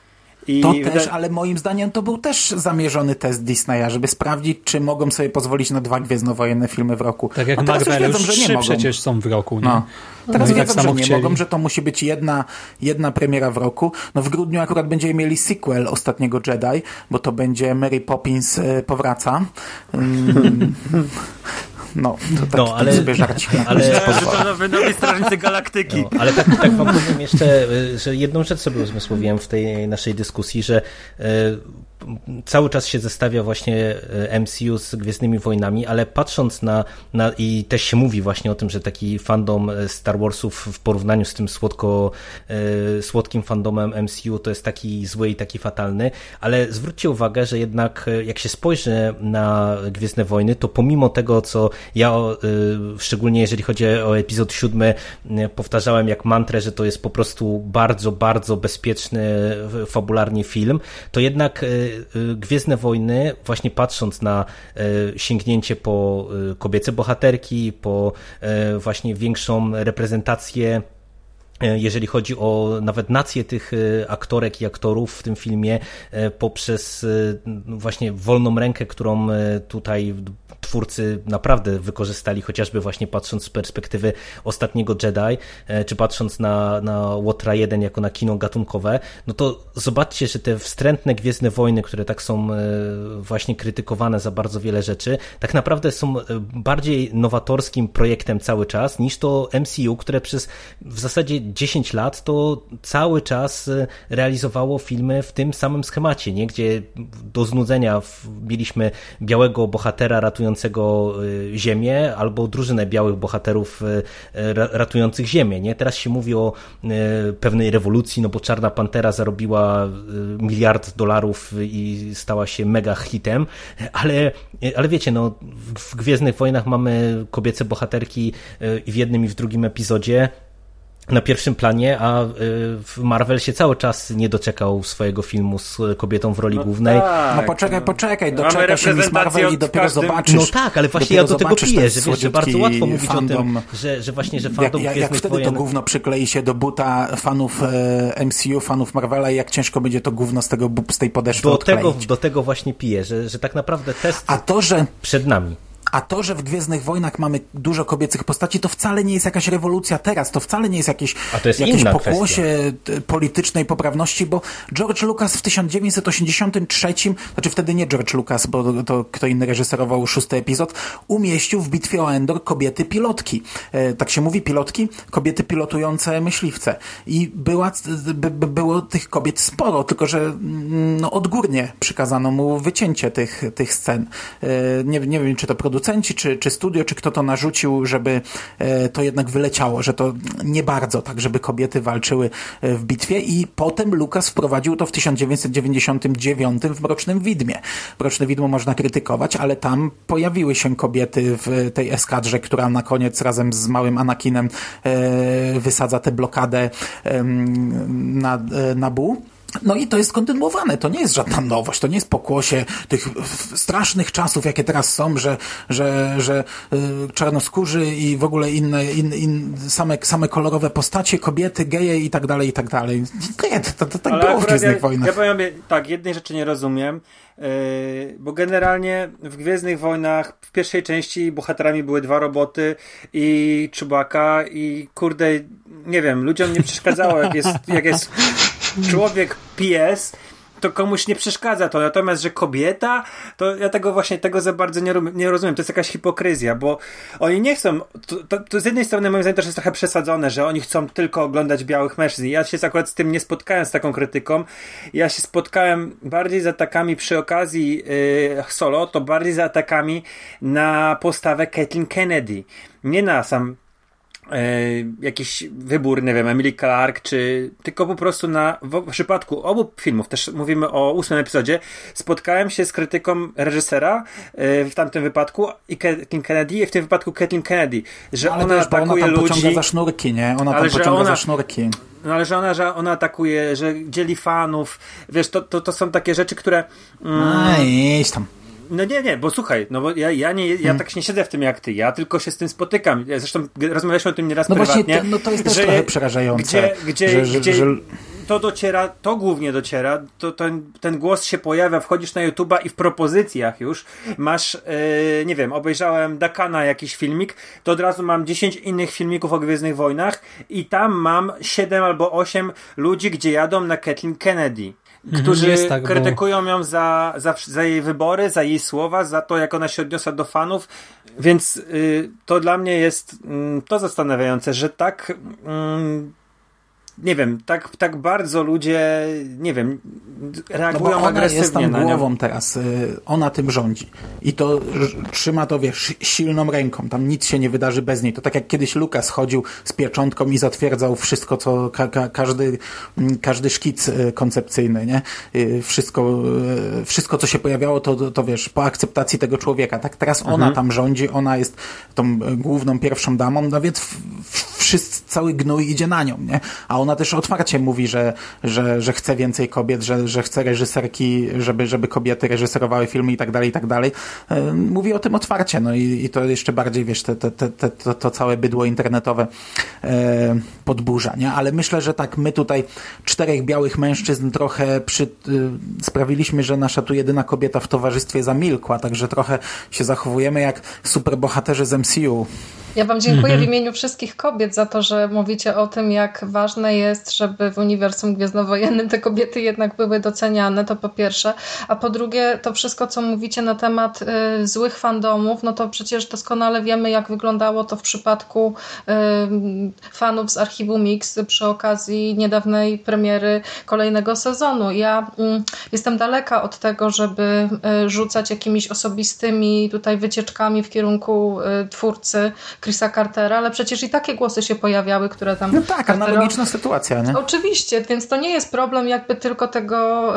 I to wyda... też, ale moim zdaniem to był też zamierzony test Disneya, żeby sprawdzić, czy mogą sobie pozwolić na dwa gwiezdnowojenne filmy w roku. Tak jak Marvel, już trzy przecież są w roku. Nie? No. Teraz no wiedzą, tak że nie chcieli. mogą, że to musi być jedna, jedna premiera w roku. No w grudniu akurat będziemy mieli sequel Ostatniego Jedi, bo to będzie Mary Poppins y, powraca. Mm. No, to tak, no, ale, sobie żarcik. Ale, to nowy, nowi Strażnicy Galaktyki. No, ale tak, tak wam powiem jeszcze, że jedną rzecz sobie uzmysłowiłem w tej naszej dyskusji, że y, cały czas się zestawia właśnie M C U z Gwiezdnymi Wojnami, ale patrząc na, na i też się mówi właśnie o tym, że taki fandom Star Warsów w porównaniu z tym słodko, y, słodkim fandomem M C U to jest taki zły i taki fatalny, ale zwróćcie uwagę, że jednak jak się spojrzy na Gwiezdne Wojny, to pomimo tego, co ja y, szczególnie jeżeli chodzi o epizod siódmy y, powtarzałem jak mantrę, że to jest po prostu bardzo, bardzo bezpieczny fabularnie film, to jednak y, Gwiezdne Wojny, właśnie patrząc na y, sięgnięcie po y, kobiece bohaterki, po y, właśnie większą reprezentację, jeżeli chodzi o nawet nację tych aktorek i aktorów w tym filmie, poprzez właśnie wolną rękę, którą tutaj twórcy naprawdę wykorzystali, chociażby właśnie patrząc z perspektywy Ostatniego Jedi, czy patrząc na, na Łotra jeden jako na kino gatunkowe, no to zobaczcie, że te wstrętne Gwiezdne Wojny, które tak są właśnie krytykowane za bardzo wiele rzeczy, tak naprawdę są bardziej nowatorskim projektem cały czas niż to M C U, które przez w zasadzie dziesięć lat to cały czas realizowało filmy w tym samym schemacie, nie? Gdzie do znudzenia mieliśmy białego bohatera ratującego ratującego Ziemię, albo drużynę białych bohaterów ratujących Ziemię, nie? Teraz się mówi o pewnej rewolucji, no bo Czarna Pantera zarobiła miliard dolarów i stała się mega hitem, ale, ale wiecie, no w Gwiezdnych Wojnach mamy kobiece bohaterki i w jednym i w drugim epizodzie na pierwszym planie, a Marvel się cały czas nie doczekał swojego filmu z kobietą w roli no głównej. Tak, no poczekaj, poczekaj, no. doczeka się Miss Marvel i dopiero każdym... zobaczysz. No tak, ale właśnie ja do tego piję, że, wiesz, że bardzo łatwo mówić fandom, o tym, że, że właśnie, że fandom jak, jak, jak wtedy wojen... to gówno przyklei się do buta fanów e, M C U, fanów Marvela i jak ciężko będzie to gówno z tego z tej podeszwy do odkleić. tego, do tego właśnie piję, że, że tak naprawdę test A to, że przed nami. A to, że w Gwiezdnych Wojnach mamy dużo kobiecych postaci, to wcale nie jest jakaś rewolucja teraz, to wcale nie jest jakieś, A to jest jakieś inna pokłosie kwestia. politycznej poprawności, bo George Lucas w tysiąc dziewięćset osiemdziesiątym trzecim, znaczy wtedy nie George Lucas, bo to kto inny reżyserował szósty epizod, umieścił w Bitwie o Endor kobiety pilotki. E, tak się mówi, pilotki? Kobiety pilotujące myśliwce. I była, by, by było tych kobiet sporo, tylko że no, odgórnie przykazano mu wycięcie tych, tych scen. E, nie, nie wiem, czy to producenci, czy, czy studio, czy kto to narzucił, żeby e, to jednak wyleciało, że to nie bardzo tak, żeby kobiety walczyły e, w bitwie i potem Lucas wprowadził to w tysiąc dziewięćset dziewięćdziesiątym dziewiątym w Mrocznym Widmie. Mroczne Widmo można krytykować, ale tam pojawiły się kobiety w tej eskadrze, która na koniec razem z małym Anakinem e, wysadza tę blokadę e, na e, Nabu. No i to jest kontynuowane, to nie jest żadna nowość, to nie jest pokłosie tych strasznych czasów, jakie teraz są, że, że, że y, czarnoskórzy i w ogóle inne, in, in, same, same kolorowe postacie, kobiety, geje i tak dalej, i tak dalej. Nie, to, to tak było w Gwiezdnych ja, Wojnach. Ja powiem, tak, jednej rzeczy nie rozumiem, yy, bo generalnie w Gwiezdnych Wojnach w pierwszej części bohaterami były dwa roboty i Chewbacca i kurde, nie wiem, ludziom nie przeszkadzało, jak jest, jak jest człowiek P S, to komuś nie przeszkadza to, natomiast, że kobieta, to ja tego właśnie, tego za bardzo nie, nie rozumiem, to jest jakaś hipokryzja, bo oni nie chcą, to, to, to z jednej strony moim zdaniem też jest trochę przesadzone, że oni chcą tylko oglądać białych mężczyzn. Ja się akurat z tym nie spotkałem, z taką krytyką, ja się spotkałem bardziej z atakami przy okazji yy, Solo, to bardziej z atakami na postawę Kathleen Kennedy, nie na sam jakiś wybór, nie wiem, Emily Clark, czy tylko po prostu na, w przypadku obu filmów, też mówimy o ósmym epizodzie, spotkałem się z krytyką reżysera w tamtym wypadku i Kathleen Kennedy, i w tym wypadku Kathleen Kennedy, że no, ale ona wiesz, atakuje ona tam ludzi. pociąga za sznurki, nie? Ona ale tam pociąga ona, za sznurki. No ale że ona, że ona atakuje, że dzieli fanów, wiesz, to, to, to są takie rzeczy, które... Mm, A, idź tam. No nie, nie, bo słuchaj, no bo ja, ja, nie, ja hmm. tak nie siedzę w tym jak ty, ja tylko się z tym spotykam. Zresztą rozmawialiśmy o tym nieraz no prywatnie. Właśnie, to, no to jest też że, trochę przerażające. Gdzie, gdzie, że, że, gdzie że... to dociera, to głównie dociera, to ten, ten głos się pojawia, wchodzisz na YouTube'a i w propozycjach już masz, yy, nie wiem, obejrzałem Dakana jakiś filmik, to od razu mam dziesięć innych filmików o Gwiezdnych Wojnach i tam mam siedem albo osiem ludzi, gdzie jadą na Kathleen Kennedy. Którzy jest tak, krytykują bo... ją za, za, za jej wybory, za jej słowa, za to, jak ona się odniosła do fanów, więc y, to dla mnie jest y, to zastanawiające, że tak y, nie wiem, tak, tak bardzo ludzie, nie wiem, reagują no bo ona agresywnie jest tam na nią. głową teraz, ona tym rządzi i to trzyma to, wiesz, silną ręką, tam nic się nie wydarzy bez niej. To tak jak kiedyś Lucas chodził z pieczątką i zatwierdzał wszystko, co ka- ka- każdy, każdy szkic koncepcyjny, nie? Wszystko, wszystko co się pojawiało, to, to, to wiesz, po akceptacji tego człowieka. Tak teraz ona mhm. tam rządzi, ona jest tą główną, pierwszą damą, no więc wszyscy, cały gnój idzie na nią, nie? A ona też otwarcie mówi, że, że, że chce więcej kobiet, że, że chce reżyserki, żeby, żeby kobiety reżyserowały filmy i tak dalej, i tak dalej. Mówi o tym otwarcie, no i, i to jeszcze bardziej, wiesz, te, te, te, to, to całe bydło internetowe e, podburza, nie? Ale myślę, że tak, my tutaj czterech białych mężczyzn trochę przy, y, sprawiliśmy, że nasza tu jedyna kobieta w towarzystwie zamilkła, także trochę się zachowujemy jak superbohaterzy z M C U. Ja wam dziękuję w imieniu wszystkich kobiet za to, że mówicie o tym, jak ważne ważne jest, żeby w uniwersum gwiezdnowojennym te kobiety jednak były doceniane, to po pierwsze, a po drugie to wszystko, co mówicie na temat y, złych fandomów, no to przecież doskonale wiemy, jak wyglądało to w przypadku y, fanów z Archiwum Mix przy okazji niedawnej premiery kolejnego sezonu. Ja y, jestem daleka od tego, żeby y, rzucać jakimiś osobistymi tutaj wycieczkami w kierunku y, twórcy Chrisa Cartera, ale przecież i takie głosy się pojawiały, które tam... No tak, analogiczna sytuacja, nie? Oczywiście, więc to nie jest problem jakby tylko tego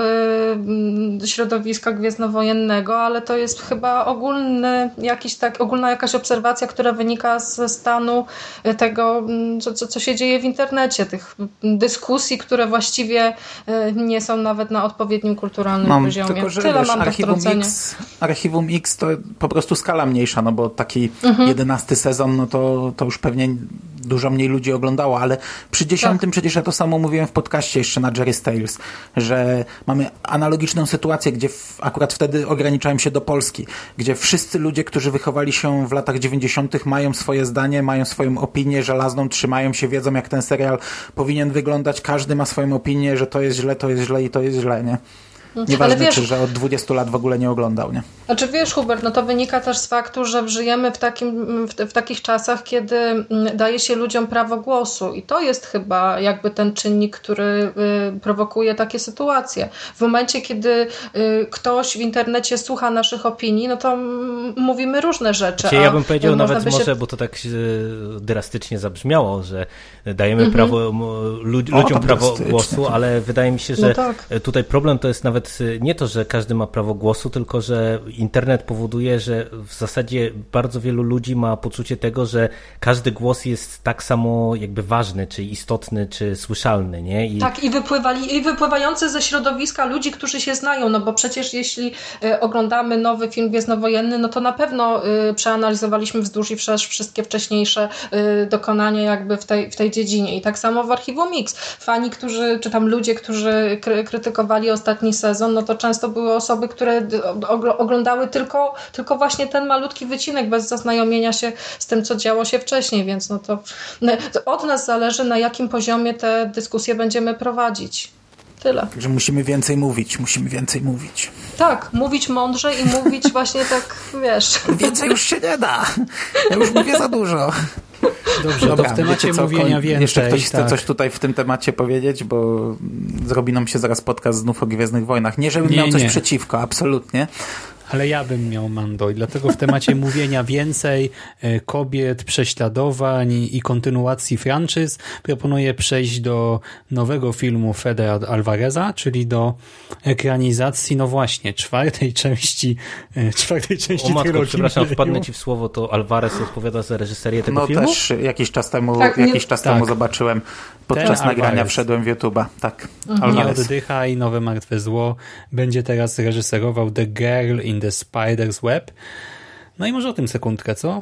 y, środowiska gwiezdnowojennego, ale to jest chyba ogólny jakiś tak, ogólna jakaś obserwacja, która wynika ze stanu tego, co, co, co się dzieje w internecie, tych dyskusji, które właściwie y, nie są nawet na odpowiednim kulturalnym mam, poziomie. Tylko, że Tyle wiesz, mam do Archiwum wtrącenia. X, Archiwum X to po prostu skala mniejsza, no bo taki Mhm. jedenasty sezon, no to, to już pewnie dużo mniej ludzi oglądało, ale przy dziesiątym Tak. przecież ja to samo mówiłem w podcaście jeszcze na Jerry's Tales, że mamy analogiczną sytuację, gdzie w, akurat wtedy ograniczałem się do Polski, gdzie wszyscy ludzie, którzy wychowali się w latach dziewięćdziesiątych mają swoje zdanie, mają swoją opinię żelazną, trzymają się, wiedzą jak ten serial powinien wyglądać, każdy ma swoją opinię, że to jest źle, to jest źle i to jest źle, nie? Nieważne, Ale wiesz, czy że od dwudziestu lat w ogóle nie oglądał, nie? Znaczy wiesz, Hubert, no to wynika też z faktu, że żyjemy w, takim, w, w takich czasach, kiedy daje się ludziom prawo głosu i to jest chyba jakby ten czynnik, który y, prowokuje takie sytuacje. W momencie, kiedy y, ktoś w internecie słucha naszych opinii, no to m, mówimy różne rzeczy. Czyli ja bym powiedział a nawet by się... może, bo to tak y, drastycznie zabrzmiało, że dajemy Mhm. prawo lud, O, ludziom tak prawo drastycznie. głosu, ale wydaje mi się, że No tak. tutaj problem to jest nawet nie to, że każdy ma prawo głosu, tylko że internet powoduje, że w zasadzie bardzo wielu ludzi ma poczucie tego, że każdy głos jest tak samo jakby ważny, czy istotny, czy słyszalny, nie? I... Tak, i, wypływali, i wypływający ze środowiska ludzi, którzy się znają, no bo przecież jeśli y, oglądamy nowy film gwiezdnowojenny, no to na pewno y, przeanalizowaliśmy wzdłuż i wszerz wszystkie wcześniejsze y, dokonania jakby w tej, w tej dziedzinie. I tak samo w Archiwum Mix. Fani, którzy, czy tam ludzie, którzy kry, krytykowali ostatni sezon, no to często były osoby, które oglądały tylko, tylko właśnie ten malutki wycinek bez zaznajomienia się z tym, co działo się wcześniej, więc no to, to od nas zależy, na jakim poziomie te dyskusje będziemy prowadzić. Tyle. Także musimy więcej mówić, musimy więcej mówić. Tak, mówić mądrze i mówić właśnie tak, wiesz. Więcej już się nie da. Ja już mówię za dużo. Dobrze, Dobra, to w temacie wiecie co, mówienia więcej. Jeszcze ktoś chce tak. coś tutaj w tym temacie powiedzieć, bo zrobi nam się zaraz podcast znów o Gwiezdnych Wojnach. Nie, żebym Nie, miał coś nie. przeciwko, absolutnie. Ale ja bym miał, Mando, i dlatego w temacie mówienia więcej e, kobiet, prześladowań i kontynuacji franczyz proponuję przejść do nowego filmu Federa Alvareza, czyli do ekranizacji, no właśnie, czwartej części e, czwartej części O matko, trylogii przepraszam, Millennium. wpadnę ci w słowo, to Alvarez odpowiada za reżyserię tego No filmu? też jakiś czas temu, Tak, nie- jakiś czas tak. temu zobaczyłem. Podczas Ten nagrania Alvarez. wszedłem w YouTube'a. Tak, Nie Alvarez. oddychaj, Nowe Martwe Zło. Będzie teraz reżyserował The Girl in the Spider's Web. No i może o tym sekundkę, co?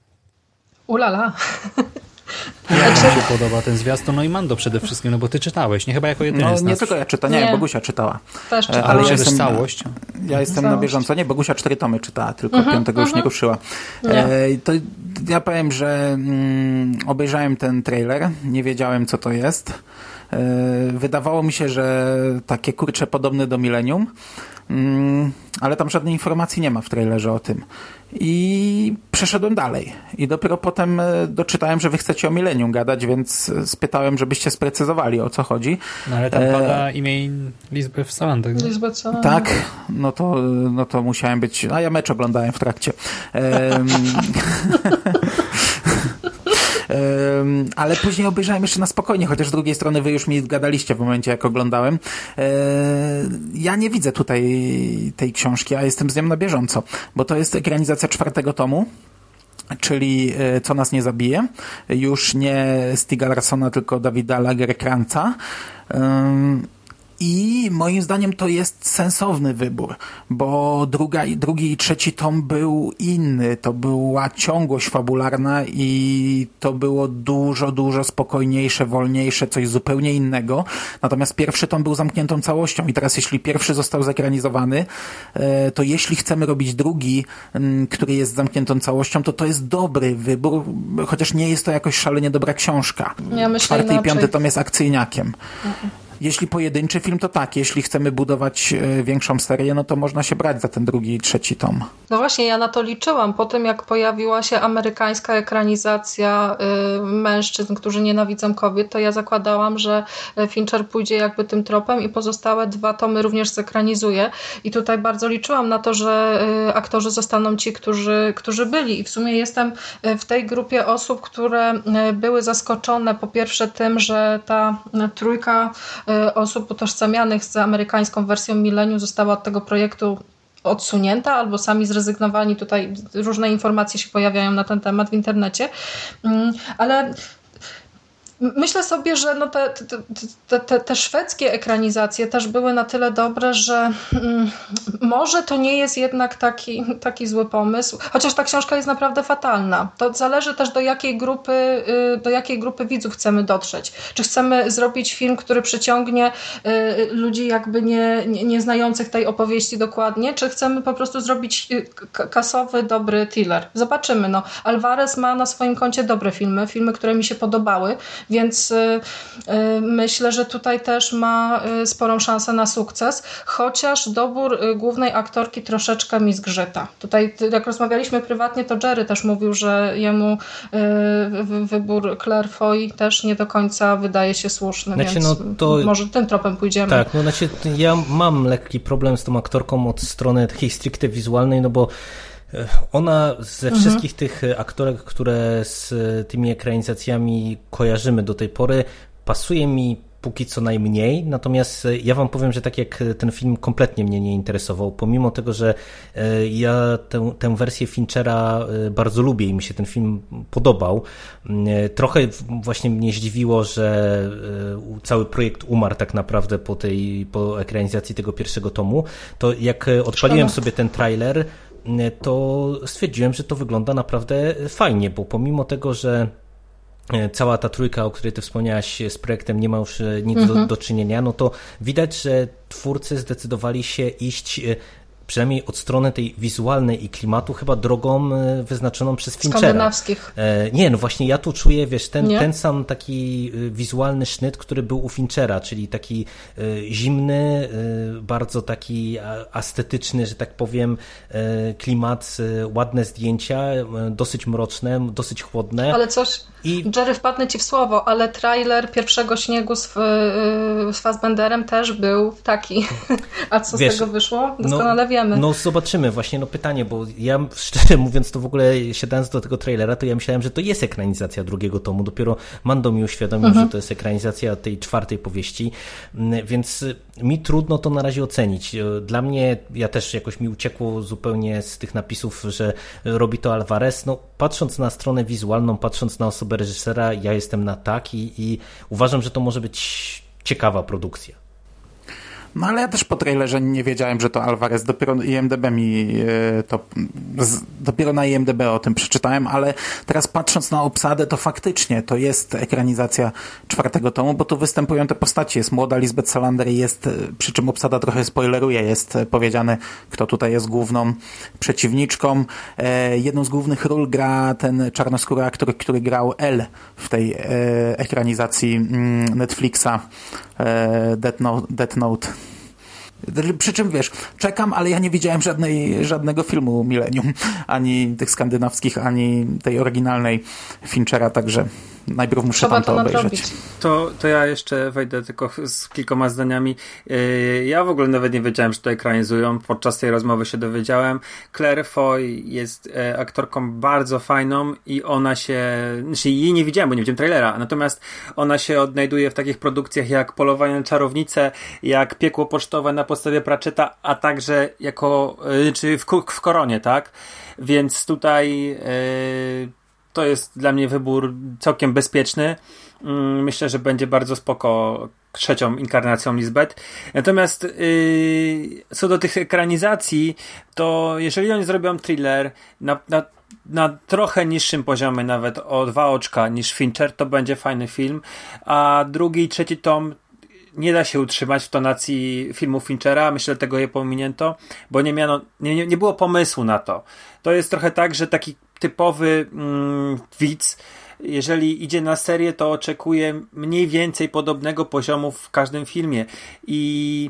Ulala. Jak mi się podoba ten zwiastun? No i Mando przede wszystkim, no bo ty czytałeś, nie chyba jako jedyny No z nie nas. tylko ja czytałem, nie, Nie. Bogusia czytała. Też E, czytałam. Ale ja ja jestem- całość. Ja jestem na Całość. bieżąco. Nie, Bogusia cztery tomy czytała, tylko piątego już nie ruszyła. E, to ja powiem, że mm, obejrzałem ten trailer, nie wiedziałem co to jest. E, wydawało mi się, że takie kurcze podobne do Millennium, mm, ale tam żadnej informacji nie ma w trailerze o tym. I przeszedłem dalej. I dopiero potem e, doczytałem, że wy chcecie o Millennium gadać, więc e, spytałem, żebyście sprecyzowali, o co chodzi. No ale tam E, pada imię Lisbeth Salander. nie? Lisbeth Salander. Tak, no to, no to musiałem być... A ja mecz oglądałem w trakcie. Em, em, ale później obejrzałem jeszcze na spokojnie, chociaż z drugiej strony wy już mi gadaliście w momencie, jak oglądałem. E, ja nie widzę tutaj tej książki, a jestem z nią na bieżąco, bo to jest ekranizacja czwartego tomu, czyli e, Co nas nie zabije. Już nie Stiga Larsona, tylko Davida Lagerkrantza. Em, I moim zdaniem to jest sensowny wybór, bo druga, drugi i trzeci tom był inny. To była ciągłość fabularna i to było dużo, dużo spokojniejsze, wolniejsze, coś zupełnie innego. Natomiast pierwszy tom był zamkniętą całością i teraz jeśli pierwszy został zekranizowany, to jeśli chcemy robić drugi, który jest zamkniętą całością, to to jest dobry wybór, chociaż nie jest to jakoś szalenie dobra książka. Ja myślę Czwarty inaczej. i piąty tom jest akcyjniakiem. Jeśli pojedynczy film, to tak. Jeśli chcemy budować większą serię, no to można się brać za ten drugi i trzeci tom. No właśnie, ja na to liczyłam. Po tym, jak pojawiła się amerykańska ekranizacja y, mężczyzn, którzy nienawidzą kobiet, to ja zakładałam, że Fincher pójdzie jakby tym tropem i pozostałe dwa tomy również zekranizuje. I tutaj bardzo liczyłam na to, że y, aktorzy zostaną ci, którzy, którzy byli. I w sumie jestem w tej grupie osób, które były zaskoczone po pierwsze tym, że ta trójka osób utożsamianych z amerykańską wersją Millennium została od tego projektu odsunięta albo sami zrezygnowani. Tutaj różne informacje się pojawiają na ten temat w internecie. Ale myślę sobie, że no te, te, te, te szwedzkie ekranizacje też były na tyle dobre, że mm, może to nie jest jednak taki, taki zły pomysł, chociaż ta książka jest naprawdę fatalna. To zależy też do jakiej grupy, do jakiej grupy widzów chcemy dotrzeć. Czy chcemy zrobić film, który przyciągnie ludzi jakby nie, nie, nie znających tej opowieści dokładnie, czy chcemy po prostu zrobić kasowy, dobry thriller. Zobaczymy. No. Alvarez ma na swoim koncie dobre filmy, filmy, które mi się podobały, więc y, y, myślę, że tutaj też ma y, sporą szansę na sukces, chociaż dobór y, głównej aktorki troszeczkę mi zgrzyta. Tutaj, jak rozmawialiśmy prywatnie, to Jerry też mówił, że jemu y, wybór Claire Foy też nie do końca wydaje się słuszny, znaczy, więc no to... może tym tropem pójdziemy. Tak, no znaczy ja mam lekki problem z tą aktorką od strony takiej stricte wizualnej, no bo ona ze mhm. wszystkich tych aktorek, które z tymi ekranizacjami kojarzymy do tej pory, pasuje mi póki co najmniej, natomiast ja wam powiem, że tak jak ten film kompletnie mnie nie interesował, pomimo tego, że ja tę, tę wersję Finchera bardzo lubię i mi się ten film podobał, trochę właśnie mnie zdziwiło, że cały projekt umarł tak naprawdę po tej po ekranizacji tego pierwszego tomu, to jak odpaliłem sobie ten trailer, to stwierdziłem, że to wygląda naprawdę fajnie, bo pomimo tego, że cała ta trójka, o której ty wspomniałaś, z projektem nie ma już nic mhm. do, do czynienia, no to widać, że twórcy zdecydowali się iść przynajmniej od strony tej wizualnej i klimatu chyba drogą wyznaczoną przez Finchera. Skandynawskich. Nie, no właśnie ja tu czuję, wiesz, ten, ten sam taki wizualny sznyt, który był u Finchera, czyli taki zimny, bardzo taki estetyczny, że tak powiem, klimat, ładne zdjęcia, dosyć mroczne, dosyć chłodne. Ale coś, I... Jerry, wpadnę ci w słowo, ale trailer Pierwszego śniegu z, z Fassbenderem też był taki. A co wiesz, z tego wyszło? Doskonale no, wiemy. No zobaczymy, właśnie no pytanie, bo ja szczerze mówiąc to w ogóle siadając do tego trailera, to ja myślałem, że to jest ekranizacja drugiego tomu. Dopiero Mando mi uświadomił, mhm. że to jest ekranizacja tej czwartej powieści, więc mi trudno to na razie ocenić. Dla mnie, ja też jakoś mi uciekło zupełnie z tych napisów, że robi to Alvarez. No patrząc na stronę wizualną, patrząc na osobę reżysera, ja jestem na tak i, i uważam, że to może być ciekawa produkcja. No ale ja też po trailerze nie wiedziałem, że to Alvarez. Dopiero I M D B mi to... Z, dopiero na I M D B o tym przeczytałem, ale teraz patrząc na obsadę, to faktycznie to jest ekranizacja czwartego tomu, bo tu występują te postacie. Jest młoda Lisbeth Salander i jest, przy czym obsada trochę spoileruje, jest powiedziane, kto tutaj jest główną przeciwniczką. E, jedną z głównych ról gra ten czarnoskóry aktor, który grał L w tej e, ekranizacji mm, Netflixa e, Death Note. Death Note. Przy czym wiesz, czekam, ale ja nie widziałem żadnej, żadnego filmu Millennium, ani tych skandynawskich, ani tej oryginalnej Finchera, także najpierw muszę Trzeba tam to, to obejrzeć. To, to ja jeszcze wejdę tylko z kilkoma zdaniami. Ja w ogóle nawet nie wiedziałem, że to ekranizują. Podczas tej rozmowy się dowiedziałem. Claire Foy jest aktorką bardzo fajną i ona się... Znaczy jej nie widziałem, bo nie widziałem trailera. Natomiast ona się odnajduje w takich produkcjach jak Polowanie na czarownicę, jak Piekło pocztowe na podstawie Pratchetta, a także jako... czy w, w Koronie, tak? Więc tutaj... Yy, to jest dla mnie wybór całkiem bezpieczny. Myślę, że będzie bardzo spoko trzecią inkarnacją Lisbeth. Natomiast yy, co do tych ekranizacji, to jeżeli oni zrobią thriller na, na, na trochę niższym poziomie, nawet o dwa oczka niż Fincher, to będzie fajny film, a drugi i trzeci tom nie da się utrzymać w tonacji filmu Finchera, myślę, że tego je pominięto, bo nie miano, nie, nie było pomysłu na to. To jest trochę tak, że taki typowy mm, widz, jeżeli idzie na serię, to oczekuje mniej więcej podobnego poziomu w każdym filmie i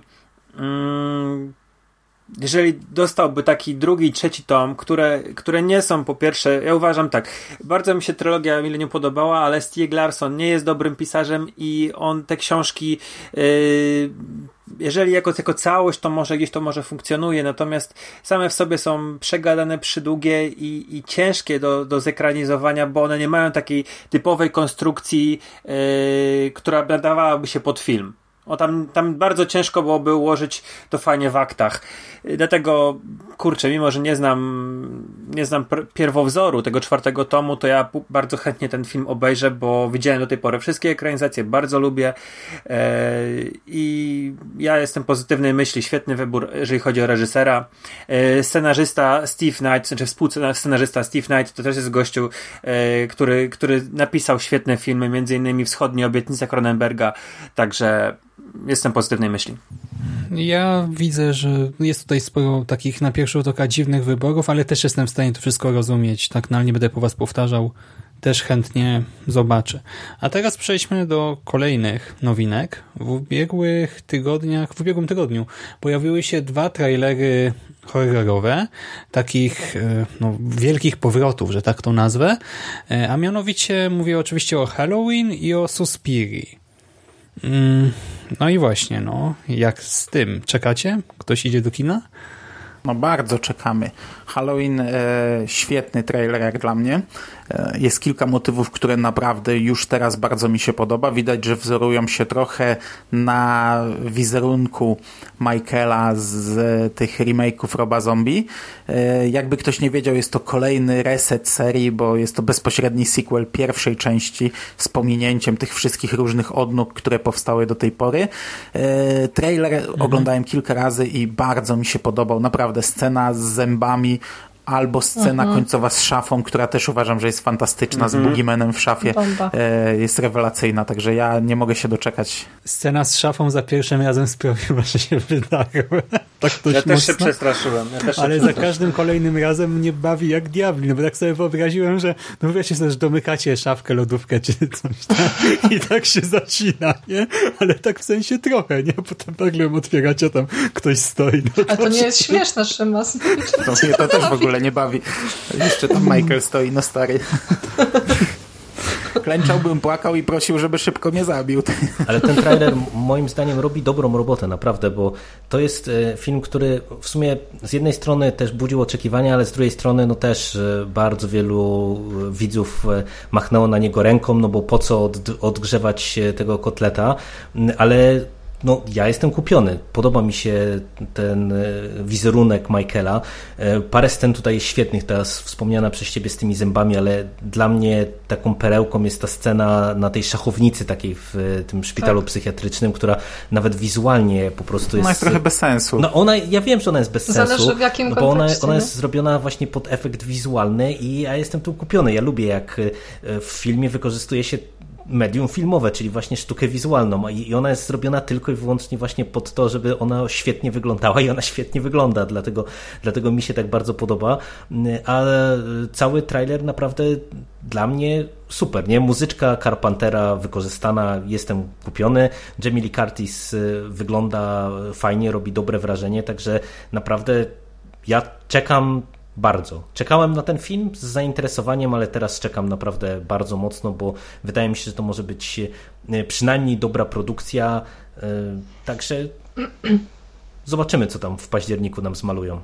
mm, jeżeli dostałby taki drugi i trzeci tom, które, które nie są, po pierwsze, ja uważam tak, bardzo mi się trylogia Millennium podobała, ale Stieg Larsson nie jest dobrym pisarzem i on te książki yy, jeżeli jako, jako całość, to może gdzieś to może funkcjonuje, natomiast same w sobie są przegadane, przydługie i, i ciężkie do, do zekranizowania, bo one nie mają takiej typowej konstrukcji, yy, która nadawałaby się pod film. O, tam, tam bardzo ciężko byłoby ułożyć to fajnie w aktach. Dlatego, kurczę, mimo że nie znam nie znam pierwowzoru tego czwartego tomu, to ja bardzo chętnie ten film obejrzę, bo widziałem do tej pory wszystkie ekranizacje, bardzo lubię eee, i ja jestem pozytywnej myśli, świetny wybór, jeżeli chodzi o reżysera. Eee, scenarzysta Steve Knight, znaczy współscenarzysta Steve Knight, to też jest gościu, eee, który, który napisał świetne filmy, między innymi Wschodnie obietnice Cronenberga, także jestem pozytywnej myśli. Ja widzę, że jest tutaj sporo takich na pierwszy rzut oka dziwnych wyborów, ale też jestem w stanie to wszystko rozumieć. Tak, no, nie będę po was powtarzał. Też chętnie zobaczę. A teraz przejdźmy do kolejnych nowinek. W ubiegłych tygodniach, w ubiegłym tygodniu pojawiły się dwa trailery horrorowe, takich no, wielkich powrotów, że tak to nazwę. A mianowicie mówię oczywiście o Halloween i o Suspirii. No i właśnie, no, jak z tym? Czekacie? Ktoś idzie do kina? No bardzo czekamy. Halloween, e, świetny trailer jak dla mnie. E, jest kilka motywów, które naprawdę już teraz bardzo mi się podoba. Widać, że wzorują się trochę na wizerunku Michaela z tych remake'ów Roba Zombie. E, jakby ktoś nie wiedział, jest to kolejny reset serii, bo jest to bezpośredni sequel pierwszej części z pominięciem tych wszystkich różnych odnóg, które powstały do tej pory. E, trailer mhm. oglądałem kilka razy i bardzo mi się podobał. Naprawdę scena z zębami albo scena uh-huh. końcowa z szafą, która też uważam, że jest fantastyczna, uh-huh. z Boogiemanem w szafie. E, jest rewelacyjna, także ja nie mogę się doczekać. Scena z szafą za pierwszym razem sprawiła, że się wydarło. Tak ja też mocno. się przestraszyłem. Ja też się ale przestraszyłem. Za każdym kolejnym razem mnie bawi jak diabli, no bo tak sobie wyobraziłem, że no wiecie, że domykacie szafkę, lodówkę czy coś tam i tak się zacina, nie? Ale tak w sensie trochę, nie? Potem nagle otwieracie, tam ktoś stoi. No ale to nie jest śmieszne, Szymas. To mnie to też w ogóle nie bawi. Jeszcze tam Michael stoi, no stary. Klęczałbym, płakał i prosił, żeby szybko mnie zabił. Ale ten trailer moim zdaniem robi dobrą robotę, naprawdę, bo to jest film, który w sumie z jednej strony też budził oczekiwania, ale z drugiej strony no też bardzo wielu widzów machnęło na niego ręką, no bo po co od, odgrzewać tego kotleta, ale no, ja jestem kupiony. Podoba mi się ten wizerunek Michaela. Parę scen tutaj świetnych, teraz wspomniana przez ciebie z tymi zębami, ale dla mnie taką perełką jest ta scena na tej szachownicy takiej w tym szpitalu tak. psychiatrycznym, która nawet wizualnie po prostu jest... Ona jest trochę bez sensu. No ona, ja wiem, że ona jest bez Zależy sensu. w jakim no bo ona, ona jest nie? zrobiona właśnie pod efekt wizualny i ja jestem tu kupiony. Ja lubię, jak w filmie wykorzystuje się medium filmowe, czyli właśnie sztukę wizualną i ona jest zrobiona tylko i wyłącznie właśnie pod to, żeby ona świetnie wyglądała i ona świetnie wygląda, dlatego, dlatego mi się tak bardzo podoba, ale cały trailer naprawdę dla mnie super, nie? Muzyczka Carpentera wykorzystana, jestem kupiony, Jamie Lee Curtis wygląda fajnie, robi dobre wrażenie, także naprawdę ja czekam bardzo. Czekałem na ten film z zainteresowaniem, ale teraz czekam naprawdę bardzo mocno, bo wydaje mi się, że to może być przynajmniej dobra produkcja. Także zobaczymy, co tam w październiku nam zmalują.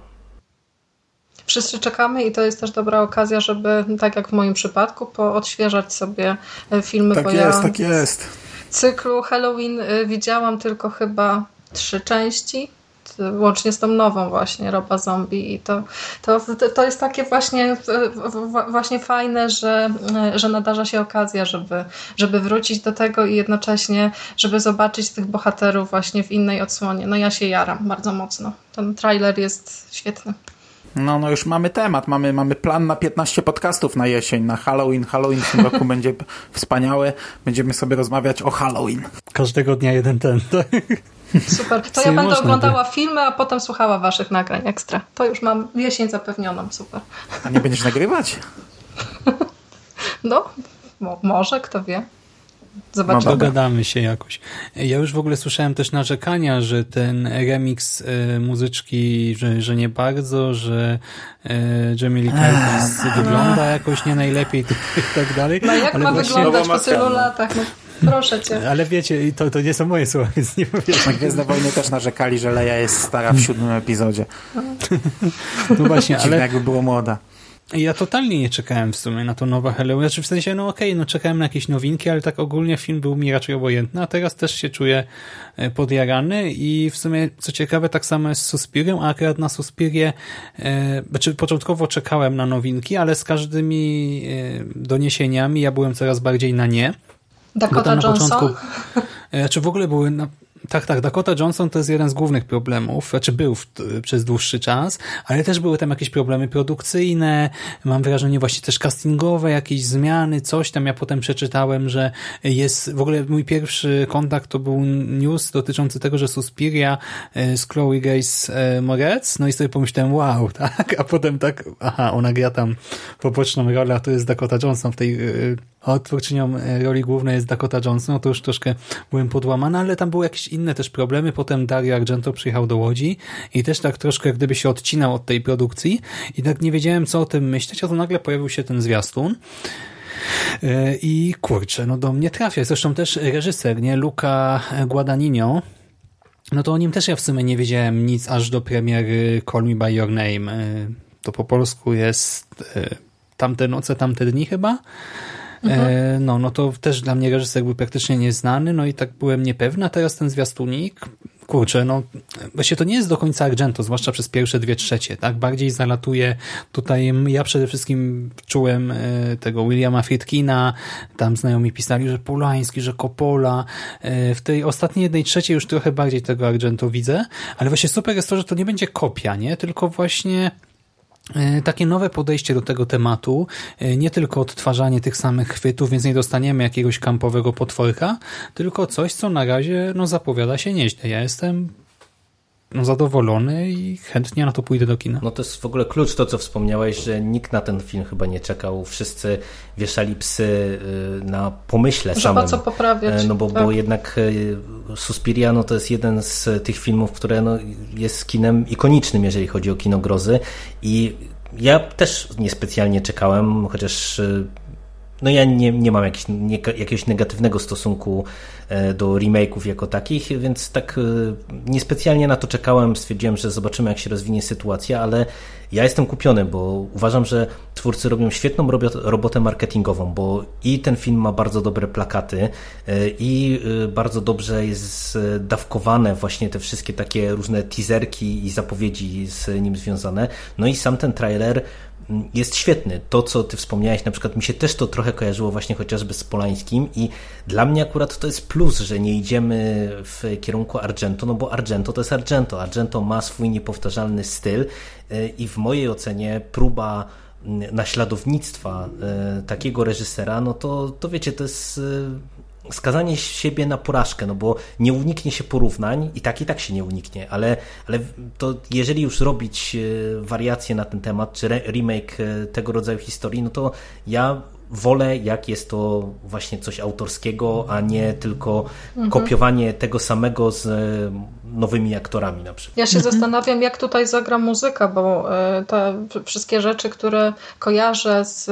Wszyscy czekamy i to jest też dobra okazja, żeby, tak jak w moim przypadku, poodświeżać sobie filmy. Tak bo jest, ja tak jest. Cyklu Halloween widziałam tylko chyba trzy części. łącznie z tą nową właśnie Roba Zombie i to, to, to jest takie właśnie właśnie fajne, że, że nadarza się okazja, żeby, żeby wrócić do tego i jednocześnie, żeby zobaczyć tych bohaterów właśnie w innej odsłonie. No ja się jaram bardzo mocno. Ten trailer jest świetny. No, no już mamy temat, mamy, mamy plan na piętnaście podcastów na jesień, na Halloween. Halloween w tym roku będzie wspaniały. Będziemy sobie rozmawiać o Halloween. Każdego dnia jeden ten, tak? Super. To ja będę oglądała by. filmy, a potem słuchała waszych nagrań ekstra. To już mam jesień zapewnioną. Super. A nie będziesz nagrywać? No, mo- może, kto wie. Zobaczymy. No dogadamy się jakoś. Ja już w ogóle słyszałem też narzekania, że ten remix y, muzyczki, że, że nie bardzo, że y, Jamie Lee Curtis wygląda jakoś nie najlepiej i tak dalej. No jak ale ma właśnie... wyglądać po tylu latach? No, proszę cię. Ale wiecie, to, to nie są moje słowa, więc nie powiem. Na Gwiezdne Wojny też narzekali, że Leia jest stara w siódmym epizodzie. No właśnie, dziwne, ale... jakby było młoda. Ja totalnie nie czekałem w sumie na to nowe Halloween. Znaczy w sensie, no okej, okay, no czekałem na jakieś nowinki, ale tak ogólnie film był mi raczej obojętny, a teraz też się czuję podjarany i w sumie, co ciekawe, tak samo jest z Suspirią, a akurat na Suspirię e, znaczy początkowo czekałem na nowinki, ale z każdymi e, doniesieniami ja byłem coraz bardziej na nie. Dakota Johnson? Początku, e, znaczy w ogóle były... Na, Tak, tak. Dakota Johnson to jest jeden z głównych problemów, znaczy był w, przez dłuższy czas, ale też były tam jakieś problemy produkcyjne, mam wrażenie właśnie też castingowe, jakieś zmiany, coś tam. Ja potem przeczytałem, że jest, w ogóle mój pierwszy kontakt to był news dotyczący tego, że Suspiria z Chloe Grace Moretz, no i sobie pomyślałem, wow, tak, a potem tak, aha, ona gra tam poboczną rolę, a to jest Dakota Johnson w tej, a odtwórczynią roli głównej jest Dakota Johnson, no to już troszkę byłem podłamany, ale tam były jakieś inne też problemy. Potem Dario Argento przyjechał do Łodzi i też tak troszkę jak gdyby się odcinał od tej produkcji i tak nie wiedziałem, co o tym myśleć, a to nagle pojawił się ten zwiastun i kurczę, no do mnie trafia. Zresztą też reżyser, nie? Luca Guadagnino, no to o nim też ja w sumie nie wiedziałem nic aż do premiery Call Me By Your Name. To po polsku jest Tamte noce, tamte dni chyba. Mhm. No, no to też dla mnie reżyser był praktycznie nieznany, no i tak byłem niepewna. Teraz ten zwiastunik, kurczę, no właśnie to nie jest do końca Argento, zwłaszcza przez pierwsze dwie trzecie, tak? Bardziej zalatuje tutaj, ja przede wszystkim czułem tego Williama Friedkina, tam znajomi pisali, że Polański, że Coppola. W tej ostatniej jednej trzeciej już trochę bardziej tego Argento widzę, ale właśnie super jest to, że to nie będzie kopia, nie? Tylko właśnie takie nowe podejście do tego tematu, nie tylko odtwarzanie tych samych chwytów, więc nie dostaniemy jakiegoś kampowego potworka, tylko coś, co na razie no, zapowiada się nieźle. Ja jestem no, zadowolony i chętnie na to pójdę do kina. No to jest w ogóle klucz to, co wspomniałeś, że nikt na ten film chyba nie czekał. Wszyscy wieszali psy na pomyśle że samym. Po co poprawiać? No bo, tak. bo jednak Suspiria no to jest jeden z tych filmów, które no, jest kinem ikonicznym, jeżeli chodzi o kino grozy i ja też niespecjalnie czekałem, chociaż no ja nie, nie mam jakiś, nie, jakiegoś negatywnego stosunku do remake'ów jako takich, więc tak niespecjalnie na to czekałem, stwierdziłem, że zobaczymy, jak się rozwinie sytuacja, ale ja jestem kupiony, bo uważam, że twórcy robią świetną robotę marketingową, bo i ten film ma bardzo dobre plakaty i bardzo dobrze jest dawkowane właśnie te wszystkie takie różne teaserki i zapowiedzi z nim związane, no i sam ten trailer jest świetny. To, co ty wspomniałeś, na przykład mi się też to trochę kojarzyło właśnie chociażby z Polańskim i dla mnie akurat to jest plus, że nie idziemy w kierunku Argento, no bo Argento to jest Argento. Argento ma swój niepowtarzalny styl i w mojej ocenie próba naśladownictwa takiego reżysera, no to, to wiecie, to jest skazanie siebie na porażkę, no bo nie uniknie się porównań i tak i tak się nie uniknie, ale, ale to jeżeli już robić wariacje na ten temat, czy remake tego rodzaju historii, no to ja wolę, jak jest to właśnie coś autorskiego, a nie tylko mhm. kopiowanie tego samego z nowymi aktorami na przykład. Ja się mhm. zastanawiam, jak tutaj zagra muzyka, bo te wszystkie rzeczy, które kojarzę z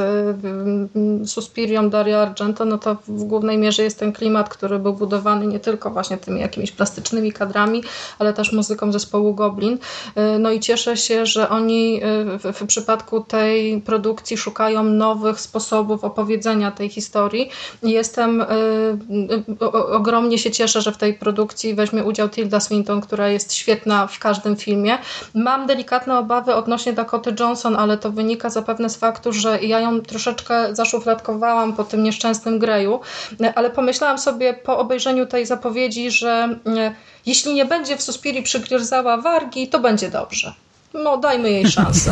Suspirią Dario Argento, no to w głównej mierze jest ten klimat, który był budowany nie tylko właśnie tymi jakimiś plastycznymi kadrami, ale też muzyką zespołu Goblin. No i cieszę się, że oni w, w przypadku tej produkcji szukają nowych sposobów opowiedzenia tej historii. Jestem, ogromnie się cieszę, że w tej produkcji weźmie udział Tilda Swinton, Washington, która jest świetna w każdym filmie. Mam delikatne obawy odnośnie Dakoty Johnson, ale to wynika zapewne z faktu, że ja ją troszeczkę zaszufladkowałam po tym nieszczęsnym Greju, ale pomyślałam sobie po obejrzeniu tej zapowiedzi, że jeśli nie będzie w Suspirii przygryzała wargi, to będzie dobrze. No dajmy jej szansę.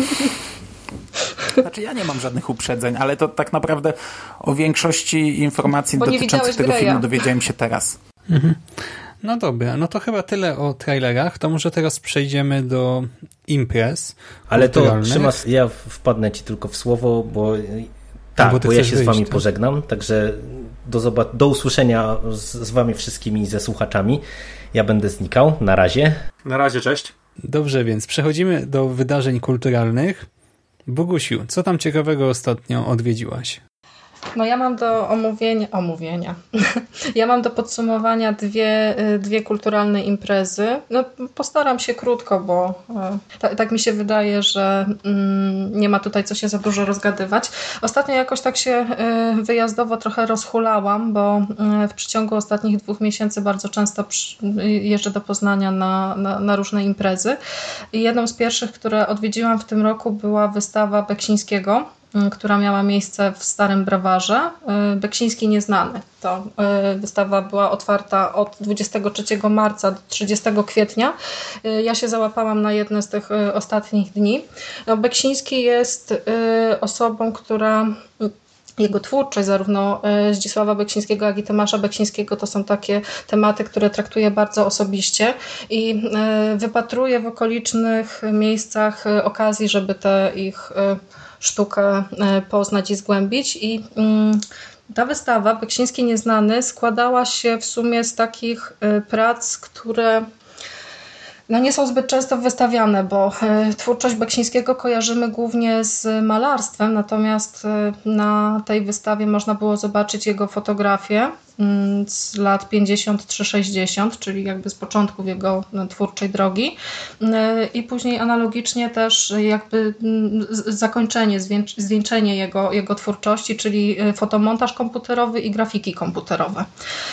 Znaczy ja nie mam żadnych uprzedzeń, ale to tak naprawdę o większości informacji Bo dotyczących tego Greya. filmu dowiedziałem się teraz. Mhm. No dobra, no to chyba tyle o trailerach. To może teraz przejdziemy do imprez. Ale to, Szymas, ja wpadnę ci tylko w słowo, bo tak, no bo, bo ja się wyjść, z wami tak? pożegnam, także do, zobac- do usłyszenia z, z wami wszystkimi, ze słuchaczami. Ja będę znikał. Na razie. Na razie, cześć. Dobrze, więc przechodzimy do wydarzeń kulturalnych. Bogusiu, co tam ciekawego ostatnio odwiedziłaś? No ja mam do omówienia, omówienia. Ja mam do podsumowania dwie, dwie kulturalne imprezy. No, postaram się krótko, bo tak, tak mi się wydaje, że mm, nie ma tutaj co się za dużo rozgadywać. Ostatnio jakoś tak się wyjazdowo trochę rozhulałam, bo w przeciągu ostatnich dwóch miesięcy bardzo często jeżdżę do Poznania na, na, na różne imprezy. I jedną z pierwszych, które odwiedziłam w tym roku, była wystawa Beksińskiego, która miała miejsce w Starym Browarze. Beksiński Nieznany. To wystawa była otwarta od dwudziestego trzeciego marca do trzydziestego kwietnia. Ja się załapałam na jedne z tych ostatnich dni. No, Beksiński jest osobą, która... Jego twórczość, zarówno Zdzisława Beksińskiego, jak i Tomasza Beksińskiego, to są takie tematy, które traktuje bardzo osobiście i wypatruje w okolicznych miejscach okazji, żeby te ich sztukę poznać i zgłębić. I ta wystawa, Beksiński Nieznany, składała się w sumie z takich prac, które no nie są zbyt często wystawiane, bo twórczość Beksińskiego kojarzymy głównie z malarstwem, natomiast na tej wystawie można było zobaczyć jego fotografię z lat pięćdziesiąt trzy sześćdziesiąt, czyli jakby z początków jego twórczej drogi i później analogicznie też jakby zakończenie, zwieńczenie jego, jego twórczości, czyli fotomontaż komputerowy i grafiki komputerowe.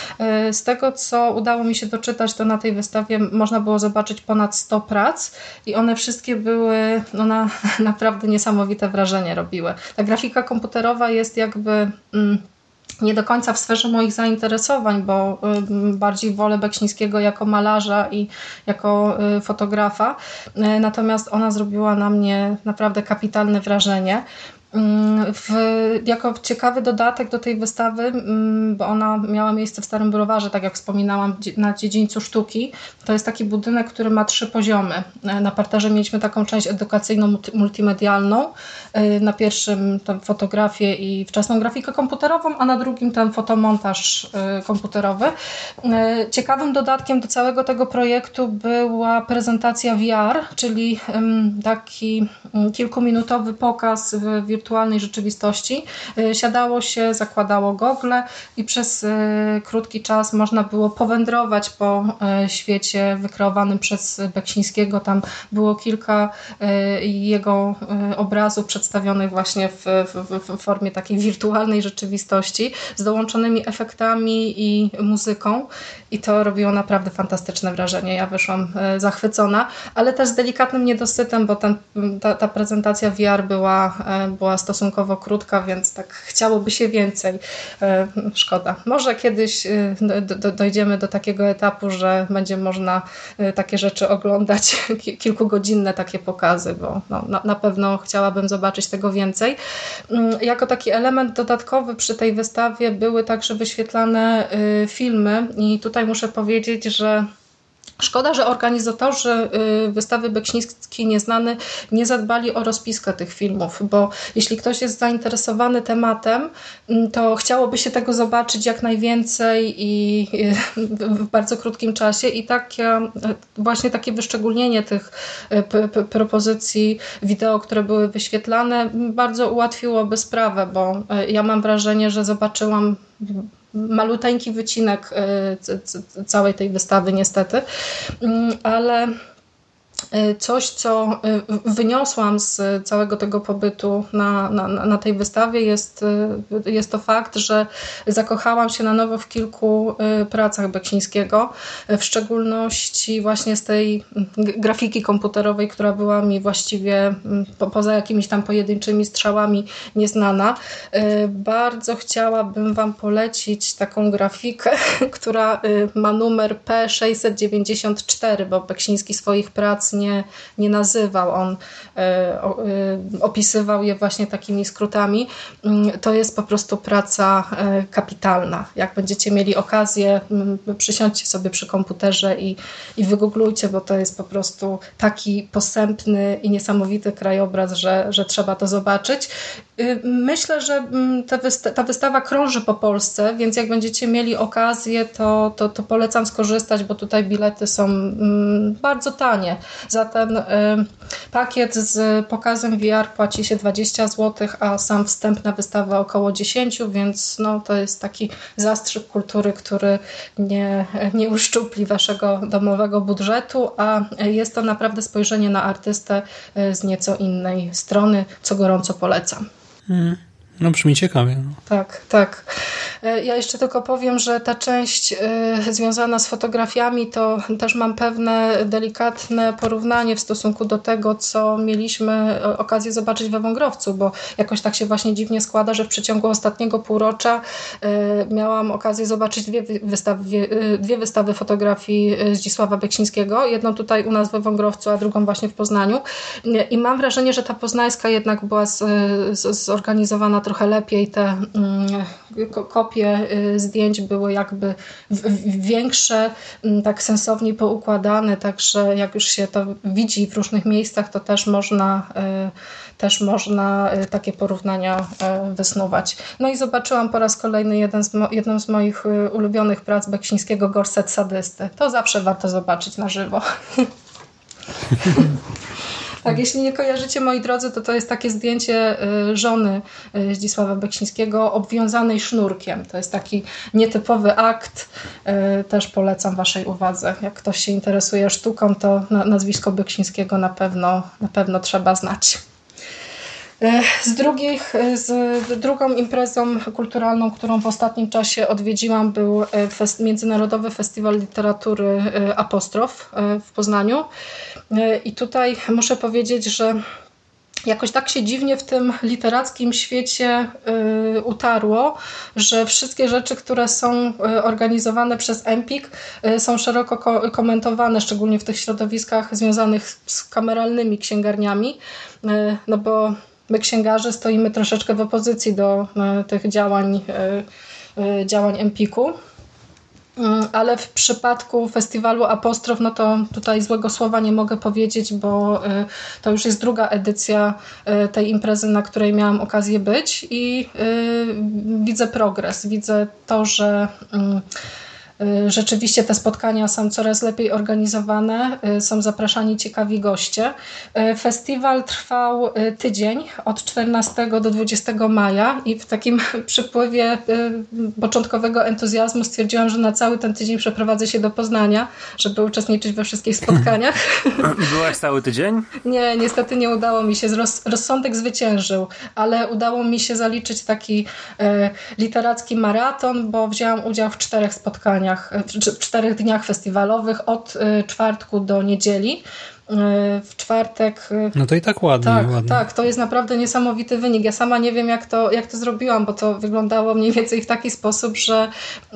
Z tego, co udało mi się doczytać, to na tej wystawie można było zobaczyć ponad sto prac i one wszystkie były, no na, naprawdę niesamowite wrażenie robiły. Ta grafika komputerowa jest jakby... Mm, nie do końca w sferze moich zainteresowań, bo bardziej wolę Beksińskiego jako malarza i jako fotografa. Natomiast ona zrobiła na mnie naprawdę kapitalne wrażenie. W, jako ciekawy dodatek do tej wystawy, bo ona miała miejsce w Starym Browarze, tak jak wspominałam, na dziedzińcu sztuki. To jest taki budynek, który ma trzy poziomy. Na parterze mieliśmy taką część edukacyjną, multimedialną. Na pierwszym tę fotografię i wczesną grafikę komputerową, a na drugim ten fotomontaż komputerowy. Ciekawym dodatkiem do całego tego projektu była prezentacja V R, czyli taki kilkuminutowy pokaz w wirtualnej rzeczywistości. Siadało się, zakładało gogle i przez krótki czas można było powędrować po świecie wykreowanym przez Beksińskiego. Tam było kilka jego obrazów przedstawionych właśnie w, w, w formie takiej wirtualnej rzeczywistości z dołączonymi efektami i muzyką i to robiło naprawdę fantastyczne wrażenie. Ja wyszłam zachwycona, ale też z delikatnym niedosytem, bo ten, ta, ta prezentacja V R była, była stosunkowo krótka, więc tak chciałoby się więcej. Szkoda. Może kiedyś do, do, dojdziemy do takiego etapu, że będzie można takie rzeczy oglądać, kilkugodzinne takie pokazy, bo no, na, na pewno chciałabym zobaczyć tego więcej. Jako taki element dodatkowy przy tej wystawie były także wyświetlane filmy i tutaj muszę powiedzieć, że szkoda, że organizatorzy wystawy Beksiński Nieznany nie zadbali o rozpiskę tych filmów, bo jeśli ktoś jest zainteresowany tematem, to chciałoby się tego zobaczyć jak najwięcej i w bardzo krótkim czasie i takie, właśnie takie wyszczególnienie tych propozycji wideo, które były wyświetlane, bardzo ułatwiłoby sprawę, bo ja mam wrażenie, że zobaczyłam maluteńki wycinek całej tej wystawy niestety, ale Coś, co wyniosłam z całego tego pobytu na, na, na tej wystawie, jest, jest to fakt, że zakochałam się na nowo w kilku pracach Beksińskiego, w szczególności właśnie z tej grafiki komputerowej, która była mi właściwie po, poza jakimiś tam pojedynczymi strzałami nieznana. Bardzo chciałabym Wam polecić taką grafikę, która ma numer P sześćset dziewięćdziesiąt cztery, bo Beksiński swoich prac nie, nie nazywał. On e, o, e, opisywał je właśnie takimi skrótami. To jest po prostu praca e, kapitalna. Jak będziecie mieli okazję, m, przysiądźcie sobie przy komputerze i, i wygooglujcie, bo to jest po prostu taki posępny i niesamowity krajobraz, że, że trzeba to zobaczyć. Myślę, że ta, wysta- ta wystawa krąży po Polsce, więc jak będziecie mieli okazję, to, to, to polecam skorzystać, bo tutaj bilety są mm, bardzo tanie. Za ten y, pakiet z pokazem V R płaci się dwadzieścia złotych, a sam wstęp na wystawę około dziesięć, więc no, to jest taki zastrzyk kultury, który nie, nie uszczupli waszego domowego budżetu, a jest to naprawdę spojrzenie na artystę z nieco innej strony, co gorąco polecam. Hmm. No brzmi ciekawie. No. Tak, tak. Ja jeszcze tylko powiem, że ta część y, związana z fotografiami, to też mam pewne delikatne porównanie w stosunku do tego, co mieliśmy okazję zobaczyć we Wągrowcu, bo jakoś tak się właśnie dziwnie składa, że w przeciągu ostatniego półrocza y, miałam okazję zobaczyć dwie wystawy, dwie, dwie wystawy fotografii Zdzisława Beksińskiego. Jedną tutaj u nas we Wągrowcu, a drugą właśnie w Poznaniu. I mam wrażenie, że ta poznańska jednak była z, z, zorganizowana trochę lepiej. Te y, kopie zdjęć były jakby większe, tak sensownie poukładane, także jak już się to widzi w różnych miejscach, to też można, też można takie porównania wysnuwać. No i zobaczyłam po raz kolejny jeden z mo- jedną z moich ulubionych prac Beksińskiego, Gorset sadysty. To zawsze warto zobaczyć na żywo. Tak, jeśli nie kojarzycie, moi drodzy, to to jest takie zdjęcie żony Zdzisława Beksińskiego obwiązanej sznurkiem. To jest taki nietypowy akt. Też polecam waszej uwadze. Jak ktoś się interesuje sztuką, to nazwisko Beksińskiego na pewno, na pewno trzeba znać. Z, drugich, z drugą imprezą kulturalną, którą w ostatnim czasie odwiedziłam, był fest, Międzynarodowy Festiwal Literatury Apostrof w Poznaniu. I tutaj muszę powiedzieć, że jakoś tak się dziwnie w tym literackim świecie y, utarło, że wszystkie rzeczy, które są y, organizowane przez Empik, y, są szeroko ko- komentowane, szczególnie w tych środowiskach związanych z kameralnymi księgarniami, y, no bo my księgarze stoimy troszeczkę w opozycji do y, tych działań, y, y, działań Empiku. Ale w przypadku festiwalu Apostrof, no to tutaj złego słowa nie mogę powiedzieć, bo to już jest druga edycja tej imprezy, na której miałam okazję być i widzę progres. Widzę to, że rzeczywiście te spotkania są coraz lepiej organizowane, są zapraszani ciekawi goście. Festiwal trwał tydzień, od czternastego do dwudziestego maja i w takim przypływie początkowego entuzjazmu stwierdziłam, że na cały ten tydzień przeprowadzę się do Poznania, żeby uczestniczyć we wszystkich spotkaniach. Byłaś cały tydzień? Nie, niestety nie udało mi się. Roz, rozsądek zwyciężył, ale udało mi się zaliczyć taki e, literacki maraton, bo wzięłam udział w czterech spotkaniach, w czterech dniach festiwalowych od czwartku do niedzieli. W czwartek... No to i tak ładnie. Tak, ładnie. tak, to jest naprawdę niesamowity wynik. Ja sama nie wiem, jak to, jak to zrobiłam, bo to wyglądało mniej więcej w taki sposób, że